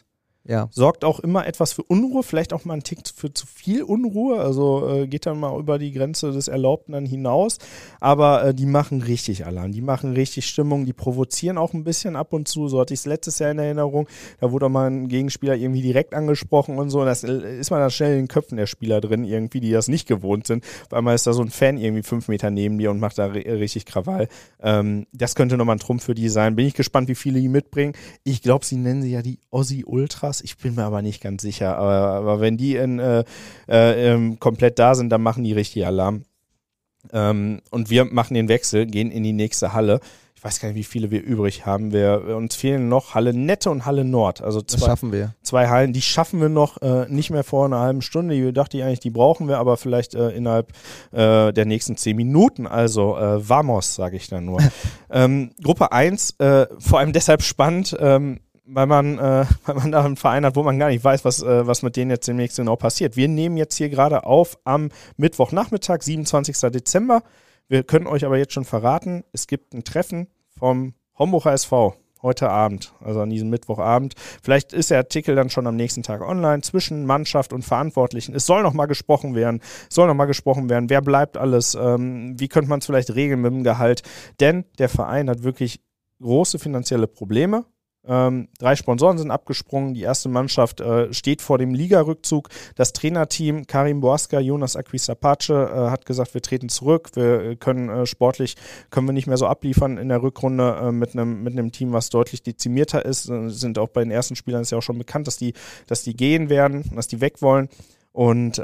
Ja. Sorgt auch immer etwas für Unruhe, vielleicht auch mal einen Tick für zu viel Unruhe, also geht dann mal über die Grenze des Erlaubten dann hinaus, aber die machen richtig Alarm, die machen richtig Stimmung, die provozieren auch ein bisschen ab und zu, so hatte ich es letztes Jahr in Erinnerung, da wurde auch mal ein Gegenspieler irgendwie direkt angesprochen und so, das ist man dann schnell in den Köpfen der Spieler drin irgendwie, die das nicht gewohnt sind, auf einmal ist da so ein Fan irgendwie 5 Meter neben dir und macht da richtig Krawall, das könnte nochmal ein Trumpf für die sein, bin ich gespannt, wie viele die mitbringen, ich glaube, sie nennen sie ja die Aussie Ultras. Ich bin mir aber nicht ganz sicher. Aber wenn die komplett da sind, dann machen die richtig Alarm. Und wir machen den Wechsel, gehen in die nächste Halle. Ich weiß gar nicht, wie viele wir übrig haben. Uns fehlen noch Halle Nette und Halle Nord. Also das schaffen wir. 2 Hallen. Die schaffen wir noch nicht mehr vor einer halben Stunde. Ich dachte eigentlich, die brauchen wir, aber vielleicht innerhalb der nächsten 10 Minuten. Also vamos, sage ich dann nur. Gruppe 1, vor allem deshalb spannend, weil man da einen Verein hat, wo man gar nicht weiß, was mit denen jetzt demnächst genau passiert. Wir nehmen jetzt hier gerade auf am Mittwochnachmittag, 27. Dezember. Wir können euch aber jetzt schon verraten, es gibt ein Treffen vom Homburger SV heute Abend, also an diesem Mittwochabend. Vielleicht ist der Artikel dann schon am nächsten Tag online, zwischen Mannschaft und Verantwortlichen. Es soll nochmal gesprochen werden, wer bleibt alles, wie könnte man es vielleicht regeln mit dem Gehalt, denn der Verein hat wirklich große finanzielle Probleme. 3 Sponsoren sind abgesprungen, die erste Mannschaft steht vor dem Ligarückzug. Das Trainerteam Karim Boaska, Jonas Akwisapace hat gesagt, wir treten zurück, wir können sportlich nicht mehr so abliefern in der Rückrunde mit einem Team, was deutlich dezimierter ist. Sind auch bei den ersten Spielern ist ja auch schon bekannt, dass die gehen werden, dass die weg wollen. Und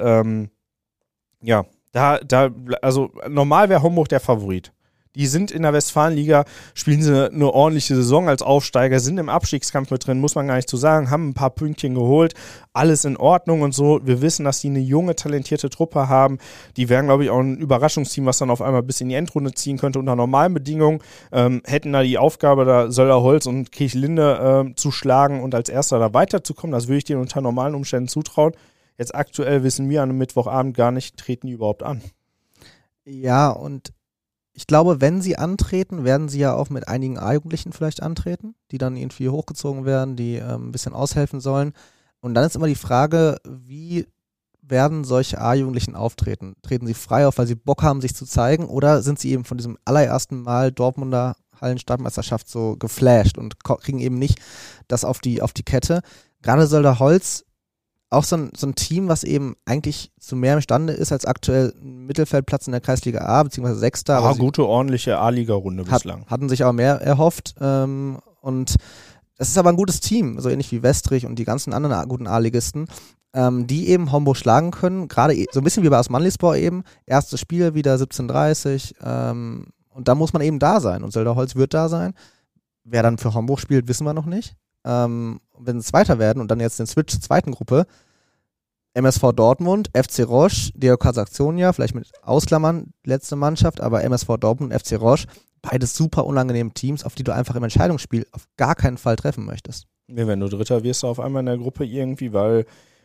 also normal wäre Homburg der Favorit. Die sind in der Westfalenliga, spielen sie eine ordentliche Saison als Aufsteiger, sind im Abstiegskampf mit drin, muss man gar nicht zu sagen, haben ein paar Pünktchen geholt, alles in Ordnung und so. Wir wissen, dass die eine junge, talentierte Truppe haben. Die wären, glaube ich, auch ein Überraschungsteam, was dann auf einmal bis in die Endrunde ziehen könnte unter normalen Bedingungen. Hätten da die Aufgabe, da Söllerholz und Kirchlinde zu schlagen und als Erster da weiterzukommen. Das würde ich denen unter normalen Umständen zutrauen. Jetzt aktuell wissen wir an einem Mittwochabend gar nicht, treten die überhaupt an. Ja, und ich glaube, wenn sie antreten, werden sie ja auch mit einigen A-Jugendlichen vielleicht antreten, die dann irgendwie hochgezogen werden, die ein bisschen aushelfen sollen. Und dann ist immer die Frage, wie werden solche A-Jugendlichen auftreten? Treten sie frei auf, weil sie Bock haben, sich zu zeigen, oder sind sie eben von diesem allerersten Mal Dortmunder Hallenstadtmeisterschaft so geflasht und kriegen eben nicht das auf die Kette? Gerade Sölderholz, auch so ein Team, was eben eigentlich zu mehr imstande ist als aktuell ein Mittelfeldplatz in der Kreisliga A, beziehungsweise Sechster. Ja, gute, ordentliche A-Liga-Runde bislang. Hatten sich auch mehr erhofft. Und es ist aber ein gutes Team, so ähnlich wie Westrich und die ganzen anderen guten A-Ligisten, die eben Homburg schlagen können. Gerade so ein bisschen wie bei Osmanlispor eben. Erstes Spiel wieder 17:30. Und da muss man eben da sein. Und Sölderholz wird da sein. Wer dann für Homburg spielt, wissen wir noch nicht. Wenn es weiter werden und dann jetzt den Switch zur zweiten Gruppe, MSV Dortmund, FC Roche, DJK Saxonia, vielleicht mit Ausklammern, letzte Mannschaft, aber MSV Dortmund und FC Roche, beides super unangenehme Teams, auf die du einfach im Entscheidungsspiel auf gar keinen Fall treffen möchtest. Ja, wenn du Dritter wirst du auf einmal in der Gruppe irgendwie, weil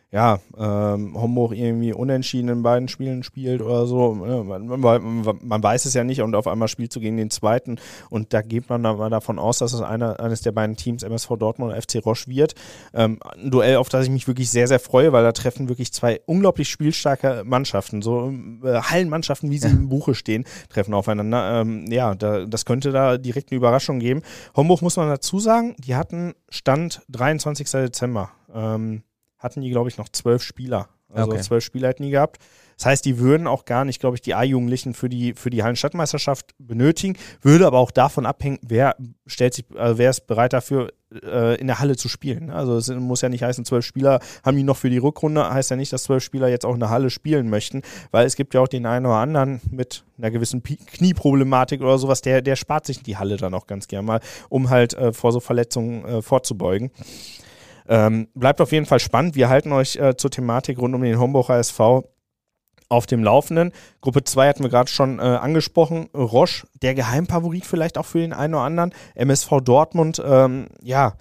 Homburg irgendwie unentschieden in beiden Spielen spielt oder so. Man weiß es ja nicht und auf einmal spielst du gegen den Zweiten und da geht man dann mal davon aus, dass es eines der beiden Teams MSV Dortmund oder FC Roche wird. Ein Duell, auf das ich mich wirklich sehr, sehr freue, weil da treffen wirklich 2 unglaublich spielstarke Mannschaften, so Hallenmannschaften, wie sie im Buche stehen, treffen aufeinander. Das könnte da direkt eine Überraschung geben. Homburg, muss man dazu sagen, die hatten Stand 23. Dezember. Hatten die, glaube ich, noch 12 Spieler. Also 12 Spieler hätten die gehabt. Das heißt, die würden auch gar nicht, glaube ich, die A-Jugendlichen für die Hallenstadtmeisterschaft benötigen, würde aber auch davon abhängen, wer ist bereit dafür, in der Halle zu spielen. Also es muss ja nicht heißen, 12 Spieler haben die noch für die Rückrunde, heißt ja nicht, dass 12 Spieler jetzt auch in der Halle spielen möchten, weil es gibt ja auch den einen oder anderen mit einer gewissen Knieproblematik oder sowas, der spart sich die Halle dann auch ganz gern mal, um halt vor so Verletzungen vorzubeugen. Bleibt auf jeden Fall spannend. Wir halten euch zur Thematik rund um den Homburger SV auf dem Laufenden. Gruppe 2 hatten wir gerade schon angesprochen. Roche, der Geheimfavorit vielleicht auch für den einen oder anderen. MSV Dortmund,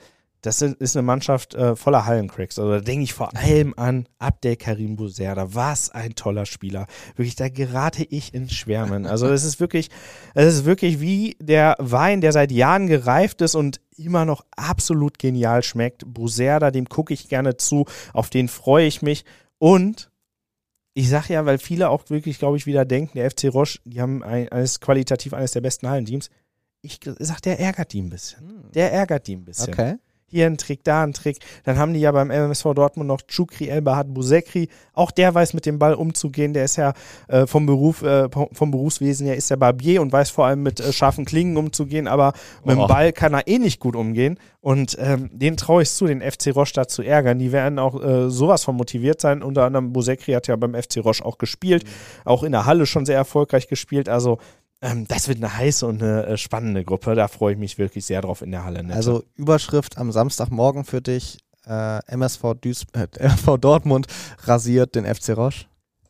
das ist eine Mannschaft voller Hallencracks. Also da denke ich vor allem an Abdelkarim Bouserda. Was ein toller Spieler. Wirklich, da gerate ich ins Schwärmen. Also es ist wirklich wie der Wein, der seit Jahren gereift ist und immer noch absolut genial schmeckt. Bouserda, dem gucke ich gerne zu, auf den freue ich mich. Und ich sage ja, weil viele auch wirklich, glaube ich, wieder denken, der FC Roche, die haben qualitativ eines der besten Hallenteams. Ich sag, der ärgert die ein bisschen. Okay. Hier ein Trick, da ein Trick. Dann haben die ja beim MSV Dortmund noch Chukri El-Bahad Bousekri. Auch der weiß mit dem Ball umzugehen. Der ist ja vom Berufswesen her ist der Barbier und weiß vor allem mit scharfen Klingen umzugehen. Aber mit dem Ball kann er nicht gut umgehen. Und denen traue ich zu, den FC Roche da zu ärgern. Die werden auch sowas von motiviert sein. Unter anderem Bousekri hat ja beim FC Roche auch gespielt. Auch in der Halle schon sehr erfolgreich gespielt. Also das wird eine heiße und eine spannende Gruppe. Da freue ich mich wirklich sehr drauf in der Halle. Nette. Also Überschrift am Samstagmorgen für dich, MSV Dortmund rasiert den FC Roche.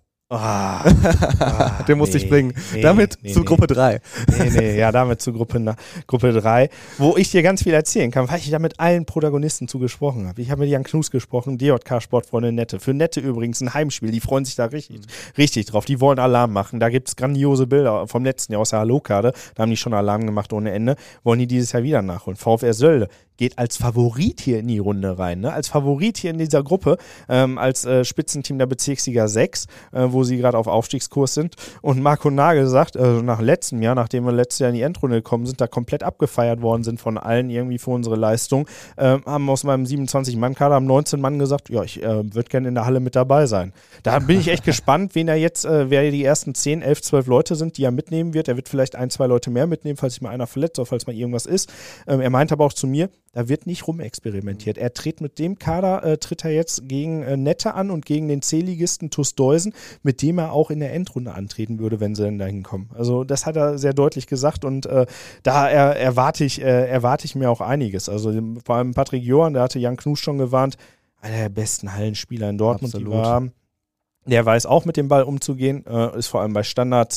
Den musste ich bringen. Damit zu Gruppe 3. Damit zu Gruppe 3, wo ich dir ganz viel erzählen kann, weil ich da mit allen Protagonisten zugesprochen habe. Ich habe mit Jan Knus gesprochen, DJK Sportfreunde Nette. Für Nette übrigens ein Heimspiel, die freuen sich da richtig drauf. Die wollen Alarm machen. Da gibt es grandiose Bilder vom letzten Jahr aus der Hallo-Karte. Da haben die schon Alarm gemacht ohne Ende. Wollen die dieses Jahr wieder nachholen. VfR Sölde geht als Favorit hier in die Runde rein, ne? Als Favorit hier in dieser Gruppe, als Spitzenteam der Bezirksliga 6, wo sie gerade auf Aufstiegskurs sind. Und Marco Nagel sagt, nach letztem Jahr, nachdem wir letztes Jahr in die Endrunde gekommen sind, da komplett abgefeiert worden sind von allen irgendwie für unsere Leistung, haben aus meinem 27-Mann-Kader 19 Mann gesagt, ja, ich würde gerne in der Halle mit dabei sein. Da bin ich echt gespannt, wer die ersten 10, 11, 12 Leute sind, die er mitnehmen wird. Er wird vielleicht 1, 2 Leute mehr mitnehmen, falls sich mal einer verletzt oder falls mal irgendwas ist. Er meint aber auch zu mir, da wird nicht rumexperimentiert. Er tritt mit dem Kader, tritt er jetzt gegen Nette an und gegen den C-Ligisten TuS Deusen, mit dem er auch in der Endrunde antreten würde, wenn sie denn dahin kommen. Also das hat er sehr deutlich gesagt und da erwarte ich mir auch einiges. Also vor allem Patrick Johann, der hatte Jan Knus schon gewarnt, einer der besten Hallenspieler in Dortmund, die wir haben. Der weiß auch mit dem Ball umzugehen, ist vor allem bei Standards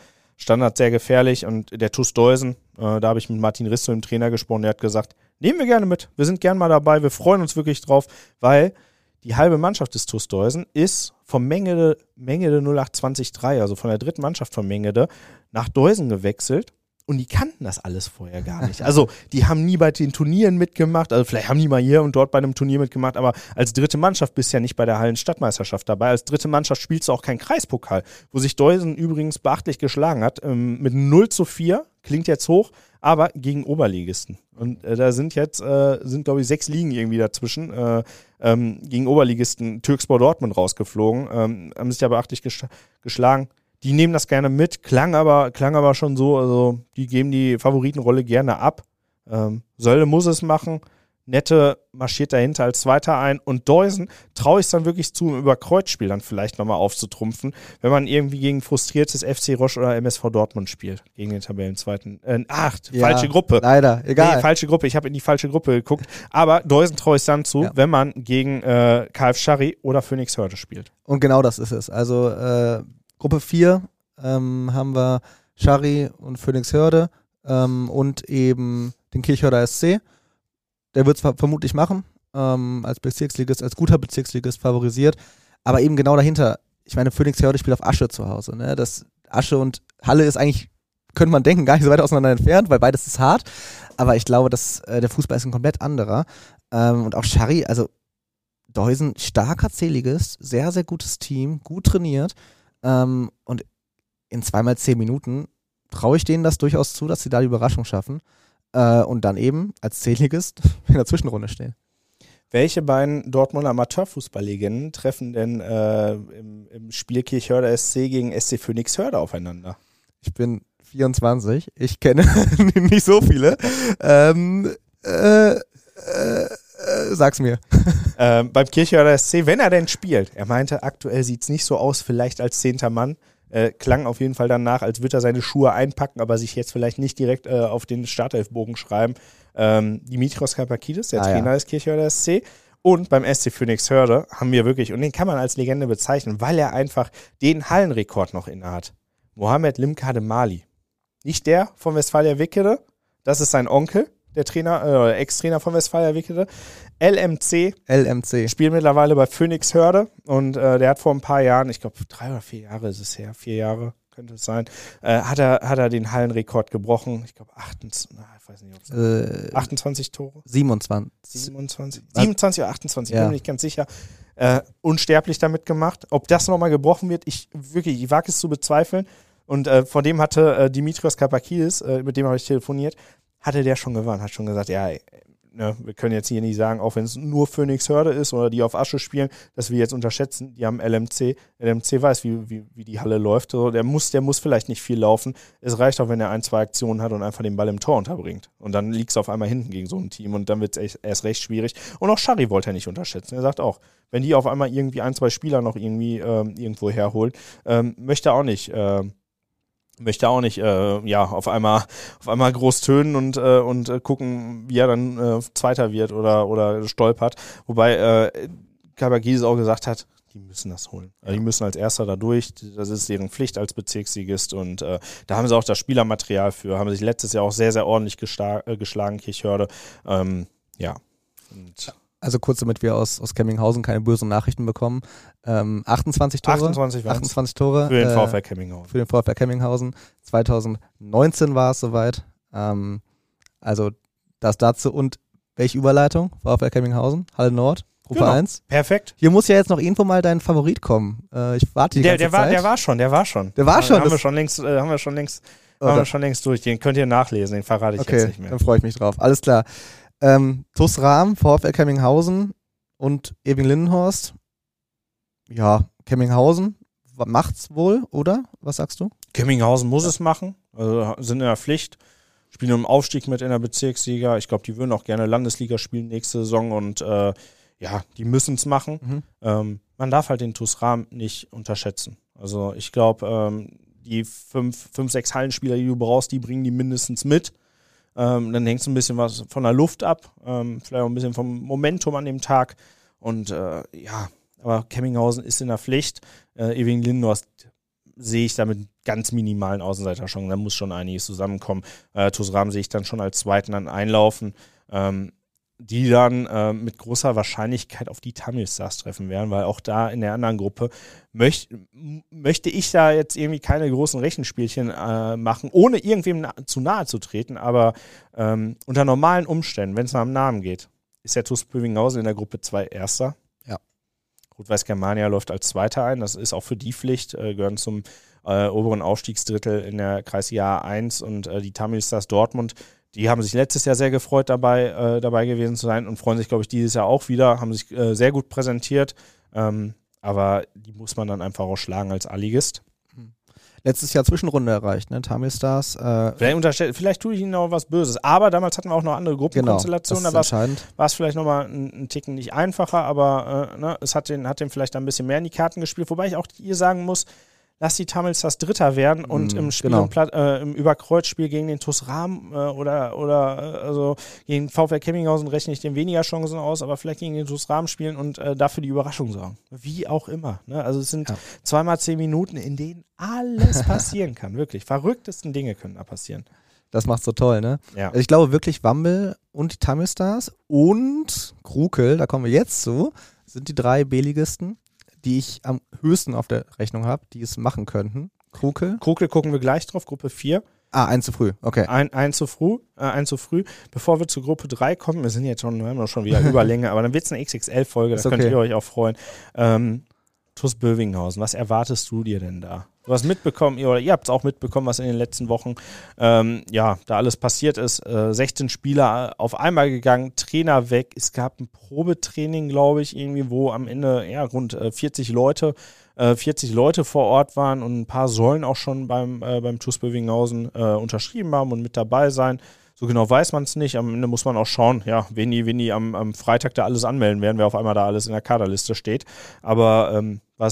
sehr gefährlich und der TuS Deusen, da habe ich mit Martin Risto, dem Trainer, gesprochen, der hat gesagt, nehmen wir gerne mit, wir sind gerne mal dabei, wir freuen uns wirklich drauf, weil die halbe Mannschaft des TuS Deusen ist vom Mengede 0823, also von der dritten Mannschaft von Mengede, nach Deusen gewechselt. Und die kannten das alles vorher gar nicht. Also die haben nie bei den Turnieren mitgemacht, also vielleicht haben die mal hier und dort bei einem Turnier mitgemacht, aber als dritte Mannschaft bist du ja nicht bei der Hallenstadtmeisterschaft dabei. Als dritte Mannschaft spielst du auch keinen Kreispokal, wo sich Deusen übrigens beachtlich geschlagen hat. Mit 0:4, klingt jetzt hoch, aber gegen Oberligisten. Und da sind glaube ich 6 Ligen irgendwie dazwischen, gegen Oberligisten Türkspor Dortmund rausgeflogen, haben sich ja beachtlich geschlagen. Die nehmen das gerne mit, klang aber schon so, also die geben die Favoritenrolle gerne ab. Sölde muss es machen, Nette marschiert dahinter als Zweiter ein und Deusen traue ich es dann wirklich zu, im Überkreuzspiel dann vielleicht nochmal aufzutrumpfen, wenn man irgendwie gegen frustriertes FC Roche oder MSV Dortmund spielt, gegen den Tabellenzweiten. Falsche Gruppe. Leider, egal. Nee, falsche Gruppe, ich habe in die falsche Gruppe geguckt, aber Deusen traue ich es dann zu, wenn man gegen KF Schari oder Phoenix Hörde spielt. Und genau das ist es, also Gruppe 4 haben wir Schari und Phoenix Hörde und eben den Kirchhörder SC. Der wird es vermutlich machen, als Bezirksligist, als guter Bezirksligist favorisiert. Aber eben genau dahinter, ich meine, Phoenix Hörde spielt auf Asche zu Hause. Ne? Das Asche und Halle ist eigentlich, könnte man denken, gar nicht so weit auseinander entfernt, weil beides ist hart. Aber ich glaube, dass der Fußball ist ein komplett anderer. Und auch Schari, also Deusen, starker C-Ligist, sehr, sehr gutes Team, gut trainiert. Und in 2x10 Minuten traue ich denen das durchaus zu, dass sie da die Überraschung schaffen und dann eben als C-Ligist in der Zwischenrunde stehen. Welche beiden Dortmunder Amateurfußballlegenden treffen denn im Spiel Kirchhörder SC gegen SC Phoenix Hörde aufeinander? Ich bin 24, ich kenne nicht so viele. Sag's mir. Beim Kirchhörder SC, wenn er denn spielt, er meinte, aktuell sieht es nicht so aus, vielleicht als 10. Mann, klang auf jeden Fall danach, als würde er seine Schuhe einpacken, aber sich jetzt vielleicht nicht direkt auf den Startelfbogen schreiben. Dimitrios Kalpakidis, der Trainer des Kirchhörder SC, und beim SC Phoenix Hörde haben wir wirklich, und den kann man als Legende bezeichnen, weil er einfach den Hallenrekord noch innehat. Mohamed Limkade Mali. Nicht der von Westfalia Wickede, das ist sein Onkel, der Trainer, Ex-Trainer von Westfalia Wickede. LMC. Spielt mittlerweile bei Phoenix Hörde und der hat vor ein paar Jahren, ich glaube 3 oder 4 Jahre ist es her, 4 Jahre könnte es sein, hat er den Hallenrekord gebrochen. Ich glaube 28 Tore. 27 oder 28, bin mir nicht ganz sicher. Unsterblich damit gemacht. Ob das nochmal gebrochen wird, ich wage es zu bezweifeln. Und von dem hatte Dimitrios Kapakidis, mit dem habe ich telefoniert, hatte der schon gewonnen, hat schon gesagt, ja, wir können jetzt hier nicht sagen, auch wenn es nur Phoenix Hörde ist oder die auf Asche spielen, dass wir jetzt unterschätzen, die haben LMC. LMC weiß, wie die Halle läuft. Also der muss vielleicht nicht viel laufen. Es reicht auch, wenn er 1-2 Aktionen hat und einfach den Ball im Tor unterbringt. Und dann liegt es auf einmal hinten gegen so ein Team und dann wird es erst recht schwierig. Und auch Schari wollte er nicht unterschätzen. Er sagt auch, wenn die auf einmal irgendwie 1-2 Spieler noch irgendwie irgendwo herholen, möchte er auch nicht auf einmal groß tönen und gucken, wie er dann Zweiter wird oder stolpert. Wobei Kapakidis auch gesagt hat, die müssen das holen. Ja. Die müssen als Erster da durch. Das ist deren Pflicht als Bezirksligist und da haben sie auch das Spielermaterial für. Haben sich letztes Jahr auch sehr, sehr ordentlich geschlagen, Kirchhörde. Also kurz, damit wir aus Kemminghausen keine bösen Nachrichten bekommen. 28 Tore. 28 Tore. Für den VfL Kemminghausen. Für den VfL Kemminghausen. 2019 war es soweit. Also das dazu. Und welche Überleitung? VfL Kemminghausen, Halle Nord, Gruppe 1. Perfekt. Hier muss ja jetzt noch irgendwo mal dein Favorit kommen. Ich warte die ganze Zeit. Der war schon. Der war schon? Haben wir schon längst durch. Den könnt ihr nachlesen, den verrate ich jetzt nicht mehr. Dann freue ich mich drauf. Alles klar. TuS Rahm, VfL Kemminghausen und Ewing Lindenhorst. Ja, Kemminghausen macht's wohl, oder? Was sagst du? Kemminghausen muss es machen, also sind in der Pflicht, spielen im Aufstieg mit in der Bezirksliga. Ich glaube, die würden auch gerne Landesliga spielen nächste Saison und die müssen es machen. Man darf halt den TuS Rahm nicht unterschätzen. Also ich glaube, die 5, 6 Hallenspieler, die du brauchst, die bringen die mindestens mit. Dann hängt es ein bisschen was von der Luft ab, vielleicht auch ein bisschen vom Momentum an dem Tag. Und aber Kemminghausen ist in der Pflicht. Ewing Lindenhorst sehe ich da mit ganz minimalen Außenseiterchancen. Da muss schon einiges zusammenkommen. TuS Rahm sehe ich dann schon als Zweiten dann einlaufen, die dann mit großer Wahrscheinlichkeit auf die Tamil Stars treffen werden, weil auch da in der anderen Gruppe möchte ich da jetzt irgendwie keine großen Rechenspielchen machen, ohne irgendwem zu nahe zu treten, aber unter normalen Umständen, wenn es nach dem Namen geht, ist der TuS Bövinghausen in der Gruppe 2 Erster. Ja. Rot-Weiß Germania läuft als Zweiter ein, das ist auch für die Pflicht, gehören zum oberen Aufstiegsdrittel in der Kreisliga 1 und die Tamil Stars Dortmund, die haben sich letztes Jahr sehr gefreut, dabei gewesen zu sein und freuen sich, glaube ich, dieses Jahr auch wieder, haben sich sehr gut präsentiert, aber die muss man dann einfach auch schlagen als A-Ligist. Letztes Jahr Zwischenrunde erreicht, ne? Tamil Stars. Vielleicht tue ich ihnen noch was Böses, aber damals hatten wir auch noch andere Gruppenkonstellationen, genau, da war es vielleicht nochmal ein Ticken nicht einfacher, aber es hat den vielleicht ein bisschen mehr in die Karten gespielt, wobei ich auch hier sagen muss, lass die Tamil Stars Dritter werden und im Spiel im Überkreuzspiel gegen den TuS Rahm oder gegen VfL Kemminghausen rechne ich dem weniger Chancen aus, aber vielleicht gegen den TuS Rahm spielen und dafür die Überraschung sorgen. Wie auch immer. Ne? Also es sind 2x10 Minuten, in denen alles passieren kann. Wirklich. Verrücktesten Dinge können da passieren. Das macht so toll, ne? Ja. Also ich glaube wirklich, Wambel und die Tamil Stars und Krukel, da kommen wir jetzt zu, sind die 3 B-Ligisten, die ich am höchsten auf der Rechnung habe, die es machen könnten. Krukel gucken wir gleich drauf, Gruppe 4. Ein zu früh, okay. Ein zu früh. Bevor wir zur Gruppe 3 kommen, wir haben schon wieder Überlänge, aber dann wird es eine XXL-Folge, da könnt ihr euch auch freuen. TuS Bövinghausen, was erwartest du dir denn da? Du hast mitbekommen, ihr habt es auch mitbekommen, was in den letzten Wochen da alles passiert ist. 16 Spieler auf einmal gegangen, Trainer weg. Es gab ein Probetraining, glaube ich, irgendwie, wo am Ende rund 40 Leute vor Ort waren und ein paar sollen auch schon beim TuS Bövinghausen unterschrieben haben und mit dabei sein. So genau weiß man es nicht. Am Ende muss man auch schauen, wen die am Freitag da alles anmelden werden, wer auf einmal da alles in der Kaderliste steht. Aber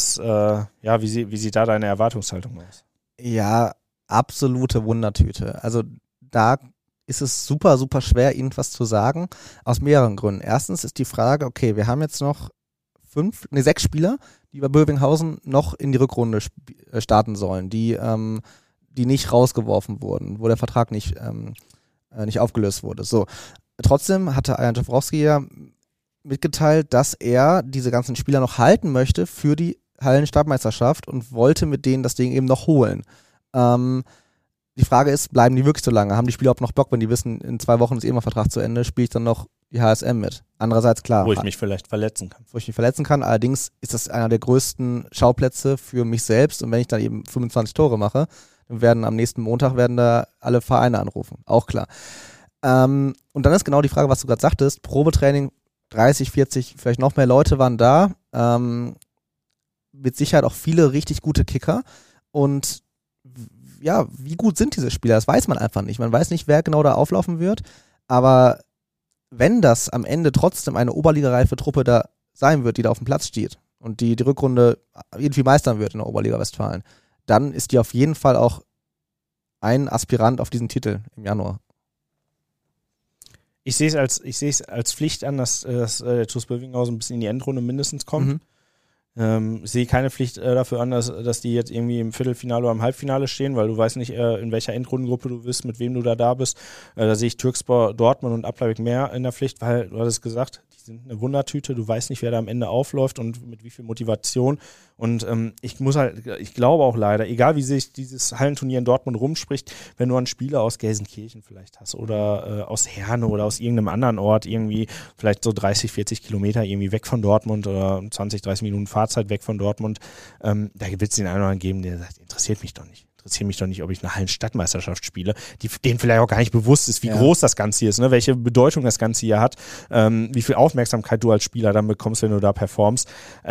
wie sieht da deine Erwartungshaltung aus? Ja, absolute Wundertüte. Also da ist es super, super schwer, irgendwas zu sagen, aus mehreren Gründen. Erstens ist die Frage, okay, wir haben jetzt noch 6 Spieler, die bei Bövinghausen noch in die Rückrunde starten sollen, die nicht rausgeworfen wurden, wo der Vertrag nicht nicht aufgelöst wurde. So. Trotzdem hatte Arjan Jaworski ja mitgeteilt, dass er diese ganzen Spieler noch halten möchte für die Hallenstadtmeisterschaft und wollte mit denen das Ding eben noch holen. Die Frage ist, bleiben die wirklich so lange? Haben die Spieler auch noch Bock, wenn die wissen, in 2 Wochen ist eh mal Vertrag zu Ende, spiele ich dann noch die HSM mit? Andererseits, klar. Wo ich mich vielleicht verletzen kann. Wo ich mich verletzen kann. Allerdings ist das einer der größten Schauplätze für mich selbst. Und wenn ich dann eben 25 Tore mache, dann werden am nächsten Montag da alle Vereine anrufen. Auch klar. Und dann ist genau die Frage, was du gerade sagtest. Probetraining, 30, 40, vielleicht noch mehr Leute waren da. Mit Sicherheit auch viele richtig gute Kicker. Und ja, wie gut sind diese Spieler? Das weiß man einfach nicht. Man weiß nicht, wer genau da auflaufen wird. Aber wenn das am Ende trotzdem eine oberligareife Truppe da sein wird, die da auf dem Platz steht und die Rückrunde irgendwie meistern wird in der Oberliga Westfalen, dann ist die auf jeden Fall auch ein Aspirant auf diesen Titel im Januar. Ich sehe es als Pflicht an, dass der TuS Bövinghausen ein bisschen in die Endrunde mindestens kommt. Ich sehe keine Pflicht dafür an, dass die jetzt irgendwie im Viertelfinale oder im Halbfinale stehen, weil du weißt nicht, in welcher Endrundengruppe du bist, mit wem du da bist. Da sehe ich Türkspor, Dortmund und Applerbeck mehr in der Pflicht, weil du hattest gesagt, die sind eine Wundertüte, du weißt nicht, wer da am Ende aufläuft und mit wie viel Motivation. Und ich glaube auch leider, egal wie sich dieses Hallenturnier in Dortmund rumspricht, wenn du einen Spieler aus Gelsenkirchen vielleicht hast oder aus Herne oder aus irgendeinem anderen Ort irgendwie vielleicht so 30, 40 Kilometer irgendwie weg von Dortmund oder 20, 30 Minuten Fahrzeit weg von Dortmund, da wird es den einen oder anderen geben, der sagt, interessiert mich doch nicht, ob ich eine Hallenstadtmeisterschaft spiele, denen vielleicht auch gar nicht bewusst ist, wie groß das Ganze hier ist, ne? Welche Bedeutung das Ganze hier hat, wie viel Aufmerksamkeit du als Spieler dann bekommst, wenn du da performst.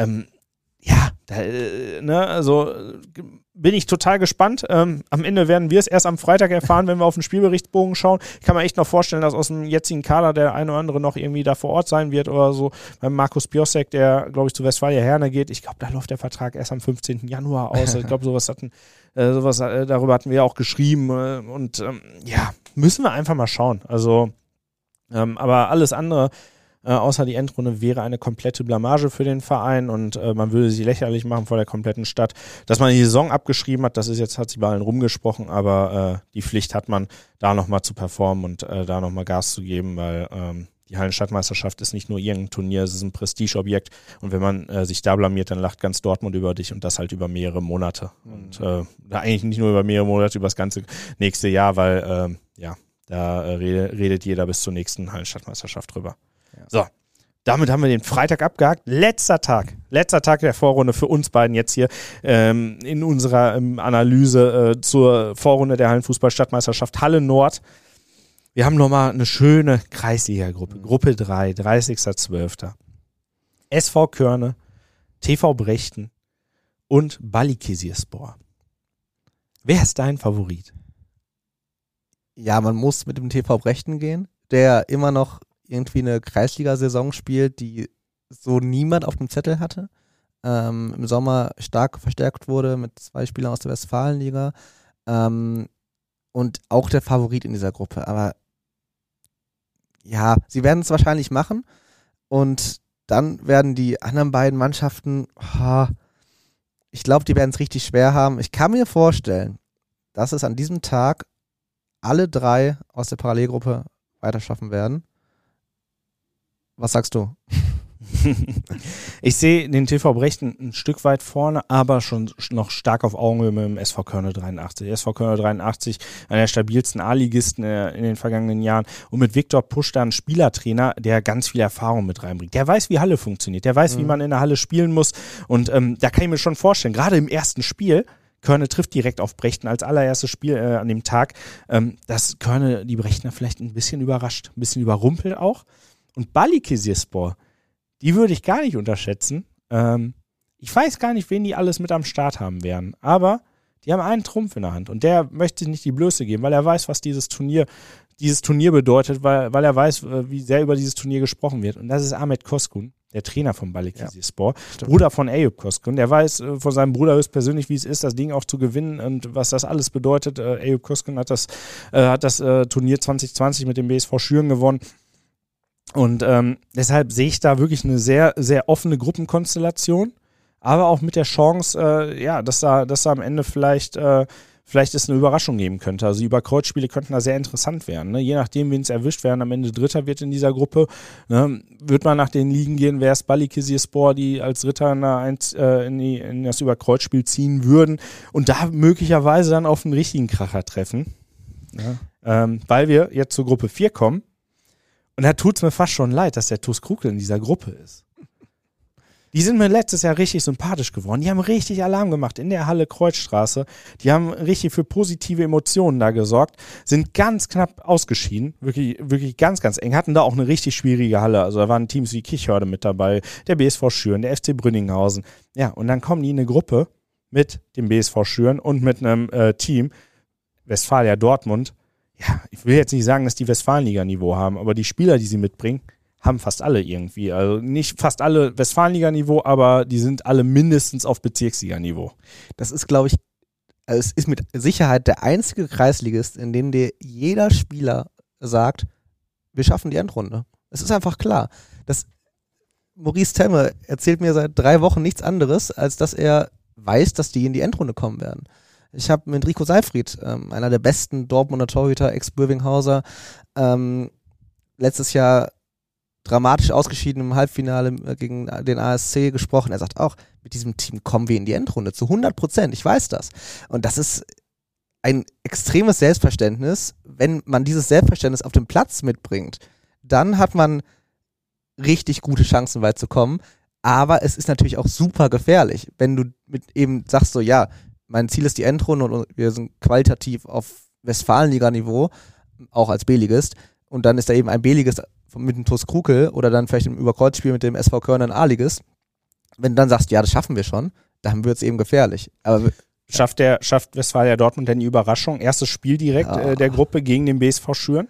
Also bin ich total gespannt. Am Ende werden wir es erst am Freitag erfahren, wenn wir auf den Spielberichtsbogen schauen. Ich kann mir echt noch vorstellen, dass aus dem jetzigen Kader der eine oder andere noch irgendwie da vor Ort sein wird oder so. Beim Markus Piosek, der, glaube ich, zu Westfalia Herne geht. Ich glaube, da läuft der Vertrag erst am 15. Januar aus. Ich glaube, darüber hatten wir auch geschrieben. Müssen wir einfach mal schauen. Also, aber alles andere außer die Endrunde wäre eine komplette Blamage für den Verein und man würde sie lächerlich machen vor der kompletten Stadt. Dass man die Saison abgeschrieben hat, das ist jetzt, hat sich bei allen rumgesprochen, aber die Pflicht hat man, da nochmal zu performen und da nochmal Gas zu geben, weil die Hallenstadtmeisterschaft ist nicht nur irgendein Turnier, es ist ein Prestigeobjekt und wenn man sich da blamiert, dann lacht ganz Dortmund über dich und das halt über mehrere Monate. Und eigentlich nicht nur über mehrere Monate, über das ganze nächste Jahr, weil da redet jeder bis zur nächsten Hallenstadtmeisterschaft drüber. Ja. So, damit haben wir den Freitag abgehakt. Letzter Tag der Vorrunde für uns beiden jetzt hier in unserer Analyse zur Vorrunde der Hallenfußball-Stadtmeisterschaft Halle Nord. Wir haben nochmal eine schöne Kreisliga-Gruppe. Gruppe 3, 30.12. SV Körne, TV Brechten und Balıkesirspor. Wer ist dein Favorit? Ja, man muss mit dem TV Brechten gehen, der immer noch irgendwie eine Kreisliga-Saison spielt, die so niemand auf dem Zettel hatte. Im Sommer stark verstärkt wurde mit 2 Spielern aus der Westfalenliga. Und auch der Favorit in dieser Gruppe. Aber ja, sie werden es wahrscheinlich machen. Und dann werden die anderen beiden Mannschaften, ich glaube, die werden es richtig schwer haben. Ich kann mir vorstellen, dass es an diesem Tag alle 3 aus der Parallelgruppe weiterschaffen werden. Was sagst du? Ich sehe den TV Brechten ein Stück weit vorne, aber schon noch stark auf Augenhöhe mit dem SV Körne 83. SV Körne 83, einer der stabilsten A-Ligisten in den vergangenen Jahren. Und mit Viktor Pusch da einen Spielertrainer, der ganz viel Erfahrung mit reinbringt. Der weiß, wie Halle funktioniert. Der weiß, wie man in der Halle spielen muss. Und da kann ich mir schon vorstellen, gerade im ersten Spiel, Körne trifft direkt auf Brechten als allererstes Spiel an dem Tag, dass Körne die Brechtner vielleicht ein bisschen überrascht, ein bisschen überrumpelt auch. Und Balıkesirspor, die würde ich gar nicht unterschätzen. Ich weiß gar nicht, wen die alles mit am Start haben werden, aber die haben einen Trumpf in der Hand und der möchte sich nicht die Blöße geben, weil er weiß, was dieses Turnier bedeutet, weil er weiß, wie sehr über dieses Turnier gesprochen wird. Und das ist Ahmet Koskun, der Trainer von Balıkesirspor, Bruder von Eyüp Koskun. Der weiß von seinem Bruder höchstpersönlich, wie es ist, das Ding auch zu gewinnen und was das alles bedeutet. Eyüp Koskun hat das Turnier 2020 mit dem BSV Schüren gewonnen. Und deshalb sehe ich da wirklich eine sehr, sehr offene Gruppenkonstellation, aber auch mit der Chance, dass da am Ende vielleicht vielleicht es eine Überraschung geben könnte. Also die Überkreuzspiele könnten da sehr interessant werden. Ne? Je nachdem, wen es erwischt, wer am Ende Dritter wird in dieser Gruppe, ne? Wird man nach den Ligen gehen, wer es Balıkesirspor, die als Dritter in das Überkreuzspiel ziehen würden und da möglicherweise dann auf einen richtigen Kracher treffen. Ja. Weil wir jetzt zur Gruppe 4 kommen und da tut es mir fast schon leid, dass der TuS Krukel in dieser Gruppe ist. Die sind mir letztes Jahr richtig sympathisch geworden. Die haben richtig Alarm gemacht in der Halle Kreuzstraße. Die haben richtig für positive Emotionen da gesorgt. Sind ganz knapp ausgeschieden. Wirklich, wirklich ganz, ganz eng. Hatten da auch eine richtig schwierige Halle. Also da waren Teams wie Kichhörde mit dabei, der BSV Schüren, der FC Brünninghausen. Ja, und dann kommen die in eine Gruppe mit dem BSV Schüren und mit einem Team Westfalia Dortmund. Ja, ich will jetzt nicht sagen, dass die Westfalenliga-Niveau haben, aber die Spieler, die sie mitbringen, haben fast alle irgendwie. Also nicht fast alle Westfalenliga-Niveau, aber die sind alle mindestens auf Bezirksliga-Niveau. Das ist, glaube ich, also es ist mit Sicherheit der einzige Kreisligist, in dem dir jeder Spieler sagt, wir schaffen die Endrunde. Es ist einfach klar. Maurice Temme erzählt mir seit 3 Wochen nichts anderes, als dass er weiß, dass die in die Endrunde kommen werden. Ich habe mit Rico Seifried, einer der besten Dortmunder Torhüter, Ex-Bövinghauser, letztes Jahr dramatisch ausgeschieden im Halbfinale gegen den ASC gesprochen. Er sagt auch, mit diesem Team kommen wir in die Endrunde zu 100%. Ich weiß das. Und das ist ein extremes Selbstverständnis. Wenn man dieses Selbstverständnis auf den Platz mitbringt, dann hat man richtig gute Chancen, weit zu kommen. Aber es ist natürlich auch super gefährlich, wenn du mit eben sagst so, ja, mein Ziel ist die Endrunde und wir sind qualitativ auf Westfalenliga-Niveau, auch als B-Ligist. Und dann ist da eben ein B-Ligist mit dem TuS Krukel oder dann vielleicht im Überkreuzspiel mit dem SV Köln ein A-Ligist. Wenn du dann sagst, ja, das schaffen wir schon, dann wird es eben gefährlich. Aber schafft Westfalia Dortmund denn die Überraschung? Erstes Spiel direkt der Gruppe gegen den BSV Schüren?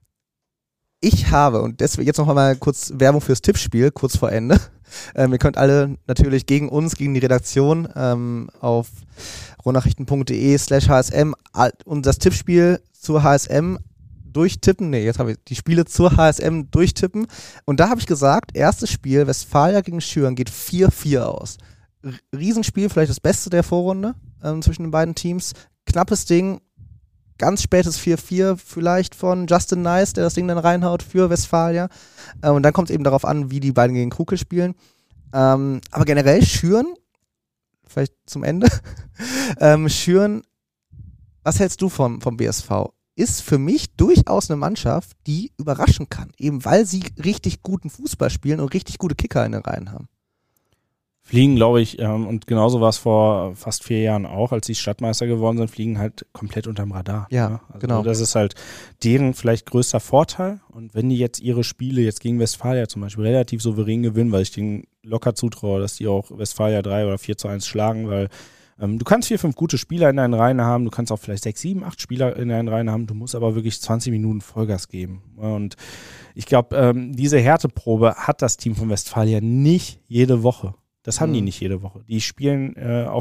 Ich habe, und deswegen jetzt noch mal kurz Werbung fürs Tippspiel, kurz vor Ende. Ihr könnt alle natürlich gegen uns, gegen die Redaktion auf ruhrnachrichten.de/HSM und das Tippspiel zur HSM durchtippen. Nee, jetzt habe ich die Spiele zur HSM durchtippen. Und da habe ich gesagt, erstes Spiel Westfalia gegen Schüren geht 4-4 aus. Riesenspiel, vielleicht das Beste der Vorrunde zwischen den beiden Teams. Knappes Ding. Ganz spätes 4-4 vielleicht von Justin Nice, der das Ding dann reinhaut für Westfalia. Und dann kommt es eben darauf an, wie die beiden gegen Krukel spielen. Aber generell Schüren, vielleicht zum Ende, Schüren, was hältst du vom BSV? Ist für mich durchaus eine Mannschaft, die überraschen kann, eben weil sie richtig guten Fußball spielen und richtig gute Kicker in den Reihen haben. Fliegen, glaube ich, und genauso war es vor fast 4 Jahren auch, als sie Stadtmeister geworden sind, fliegen halt komplett unterm Radar. Ja, ne? Also genau. Das ist halt deren vielleicht größter Vorteil. Und wenn die jetzt ihre Spiele jetzt gegen Westfalia zum Beispiel relativ souverän gewinnen, weil ich denen locker zutraue, dass die auch Westfalia 3 oder 4-1 schlagen, weil du kannst 4, 5 gute Spieler in deinen Reihen haben, du kannst auch vielleicht 6, 7, 8 Spieler in deinen Reihen haben, du musst aber wirklich 20 Minuten Vollgas geben. Und ich glaube, diese Härteprobe hat das Team von Westfalia nicht jede Woche. Das haben die nicht jede Woche. Die spielen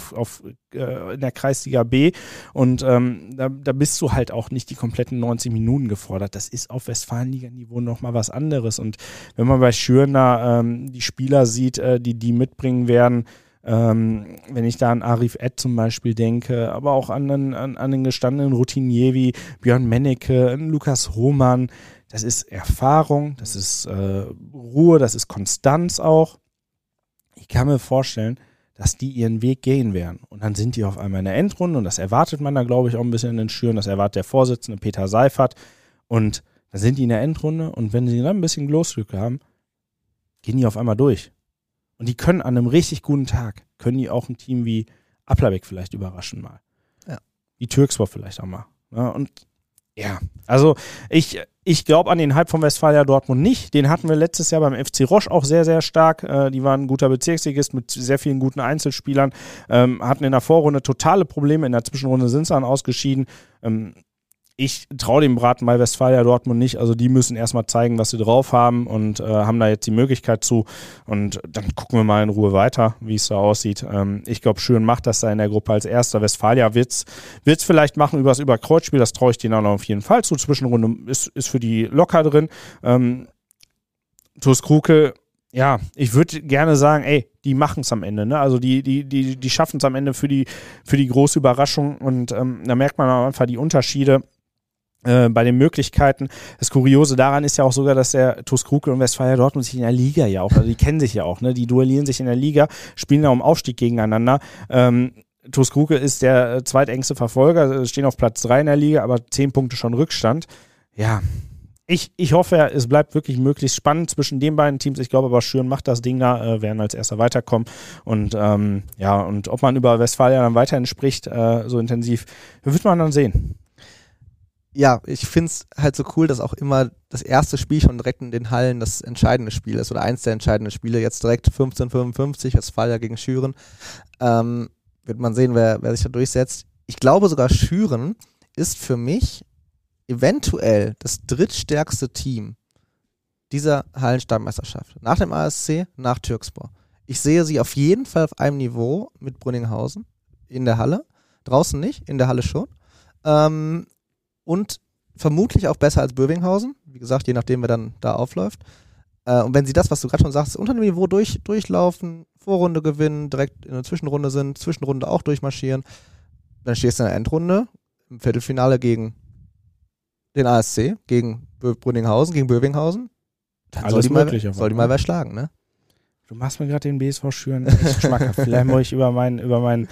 in der Kreisliga B und da bist du halt auch nicht die kompletten 90 Minuten gefordert. Das ist auf Westfalenliga-Niveau nochmal was anderes. Und wenn man bei Schüren da die Spieler sieht, die mitbringen werden, wenn ich da an Arif Ed zum Beispiel denke, aber auch an den gestandenen Routinier wie Björn Mennecke, Lukas Hohmann, das ist Erfahrung, das ist Ruhe, das ist Konstanz auch. Ich kann mir vorstellen, dass die ihren Weg gehen werden. Und dann sind die auf einmal in der Endrunde und das erwartet man da, glaube ich, auch ein bisschen in den Schüren. Das erwartet der Vorsitzende Peter Seifert. Und dann sind die in der Endrunde und wenn sie dann ein bisschen Glück haben, gehen die auf einmal durch. Und die können an einem richtig guten Tag, können die auch ein Team wie Applerbeck vielleicht überraschen mal. Ja. Wie Türkspor vielleicht auch mal. Ja, und ja, also ich glaube an den Hype von Westfalia Dortmund nicht. Den hatten wir letztes Jahr beim FC Roche auch sehr, sehr stark. Die waren ein guter Bezirksligist mit sehr vielen guten Einzelspielern. Hatten in der Vorrunde totale Probleme. In der Zwischenrunde sind sie dann ausgeschieden. Ich traue dem Braten bei Westfalia Dortmund nicht. Also die müssen erstmal zeigen, was sie drauf haben und haben da jetzt die Möglichkeit zu. Und dann gucken wir mal in Ruhe weiter, wie es da aussieht. Ich glaube, Schüren macht das da in der Gruppe als erster. Westfalia wird's vielleicht machen über das Überkreuzspiel. Das traue ich denen auch noch auf jeden Fall zu. Zwischenrunde ist für die locker drin. TuS Krukel, ich würde gerne sagen, ey, die machen es am Ende, ne? Also die schaffen es am Ende für die große Überraschung und da merkt man einfach die Unterschiede bei den Möglichkeiten. Das Kuriose daran ist ja auch sogar, dass der TuS Krugel und Westfalia Dortmund sich in der Liga ja auch, also die kennen sich ja auch, ne? Die duellieren sich in der Liga, spielen ja um Aufstieg gegeneinander. TuS Krugel ist der zweitengste Verfolger, stehen auf Platz 3 in der Liga, aber 10 Punkte schon Rückstand. Ja, ich hoffe, es bleibt wirklich möglichst spannend zwischen den beiden Teams. Ich glaube aber, Schüren macht das Ding da, werden als Erster weiterkommen. Und und ob man über Westfalia dann weiterhin spricht, so intensiv, wird man dann sehen. Ja, ich finde es halt so cool, dass auch immer das erste Spiel schon direkt in den Hallen das entscheidende Spiel ist oder eins der entscheidenden Spiele. Jetzt direkt 15:55, Westfalia gegen Schüren. Wird man sehen, wer sich da durchsetzt. Ich glaube sogar, Schüren ist für mich eventuell das drittstärkste Team dieser Hallenstadtmeisterschaft. Nach dem ASC, nach Türkspor. Ich sehe sie auf jeden Fall auf einem Niveau mit Brünninghausen in der Halle. Draußen nicht, in der Halle schon. Und vermutlich auch besser als Bövinghausen. Wie gesagt, je nachdem, wer dann da aufläuft. Und wenn sie das, was du gerade schon sagst, unter dem Niveau durchlaufen, Vorrunde gewinnen, direkt in der Zwischenrunde sind, Zwischenrunde auch durchmarschieren, dann stehst du in der Endrunde im Viertelfinale gegen den ASC, gegen Brünninghausen, gegen Bövinghausen. Dann alles soll die mal wer schlagen, ne? Du machst mir gerade den BSV Schüren echt schmackhaft. Vielleicht muss ich über meinen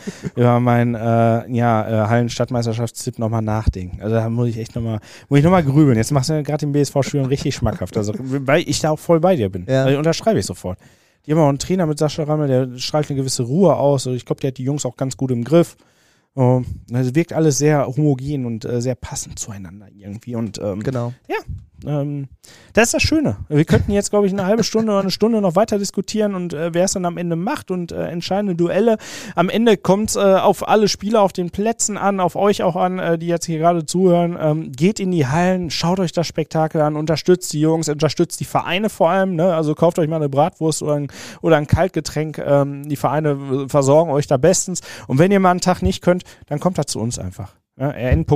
Hallenstadtmeisterschaftstipp nochmal nachdenken. Also da muss ich nochmal grübeln. Jetzt machst du mir gerade den BSV Schüren richtig schmackhaft. Also, weil ich da auch voll bei dir bin. Ja. Also, unterschreibe ich sofort. Die haben auch einen Trainer mit Sascha Rammel, der strahlt eine gewisse Ruhe aus. Also ich glaube, der hat die Jungs auch ganz gut im Griff. Es wirkt alles sehr homogen und sehr passend zueinander irgendwie. Und genau. Ja, das ist das Schöne. Wir könnten jetzt, glaube ich, eine halbe Stunde oder eine Stunde noch weiter diskutieren und wer es dann am Ende macht und entscheidende Duelle. Am Ende kommt es auf alle Spieler auf den Plätzen an, auf euch auch an, die jetzt hier gerade zuhören. Geht in die Hallen, schaut euch das Spektakel an, unterstützt die Jungs, unterstützt die Vereine vor allem. Ne? Also kauft euch mal eine Bratwurst oder ein Kaltgetränk. Die Vereine versorgen euch da bestens. Und wenn ihr mal einen Tag nicht könnt, dann kommt da zu uns einfach. Ja?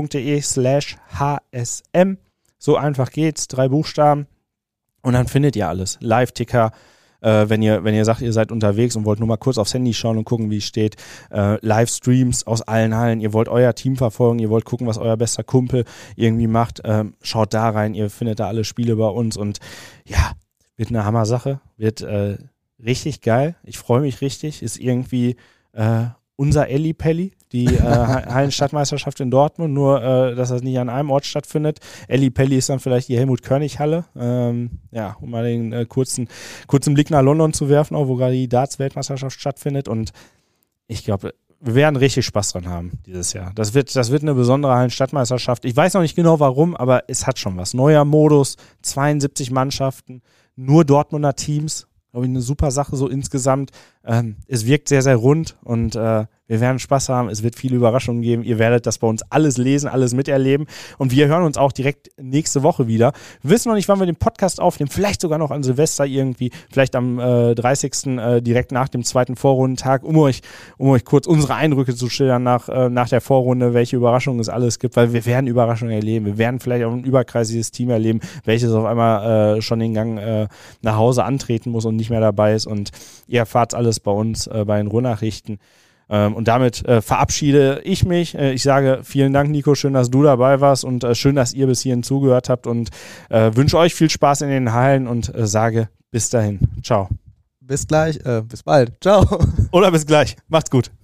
rn.de/hsm. So einfach geht's, 3 Buchstaben und dann findet ihr alles. Live-Ticker, wenn ihr sagt, ihr seid unterwegs und wollt nur mal kurz aufs Handy schauen und gucken, wie es steht. Livestreams aus allen Hallen, ihr wollt euer Team verfolgen, ihr wollt gucken, was euer bester Kumpel irgendwie macht. Schaut da rein, ihr findet da alle Spiele bei uns und ja, wird eine Hammer-Sache, wird richtig geil. Ich freue mich richtig, ist irgendwie unser Ellipelli, die Hallenstadtmeisterschaft in Dortmund, nur dass das nicht an einem Ort stattfindet. Ellipelli ist dann vielleicht die Helmut-Körnig-Halle, um mal den kurzen Blick nach London zu werfen, auch wo gerade die Darts-Weltmeisterschaft stattfindet und ich glaube, wir werden richtig Spaß dran haben dieses Jahr. Das wird eine besondere Hallenstadtmeisterschaft. Ich weiß noch nicht genau warum, aber es hat schon was. Neuer Modus, 72 Mannschaften, nur Dortmunder Teams. Glaube ich, eine super Sache so insgesamt. Es wirkt sehr, sehr rund und wir werden Spaß haben. Es wird viele Überraschungen geben. Ihr werdet das bei uns alles lesen, alles miterleben und wir hören uns auch direkt nächste Woche wieder. Wir wissen noch nicht, wann wir den Podcast aufnehmen. Vielleicht sogar noch an Silvester irgendwie. Vielleicht am 30. Direkt nach dem zweiten Vorrundentag, um euch kurz unsere Eindrücke zu schildern nach der Vorrunde, welche Überraschungen es alles gibt, weil wir werden Überraschungen erleben. Wir werden vielleicht auch ein überkreisiges Team erleben, welches auf einmal schon den Gang nach Hause antreten muss und nicht mehr dabei ist und ihr erfahrt alles bei uns, bei den Ruhrnachrichten. Und damit verabschiede ich mich. Ich sage vielen Dank, Nico, schön, dass du dabei warst und schön, dass ihr bis hierhin zugehört habt und wünsche euch viel Spaß in den Hallen und sage bis dahin. Ciao. Bis gleich, bis bald. Ciao. Oder bis gleich. Macht's gut.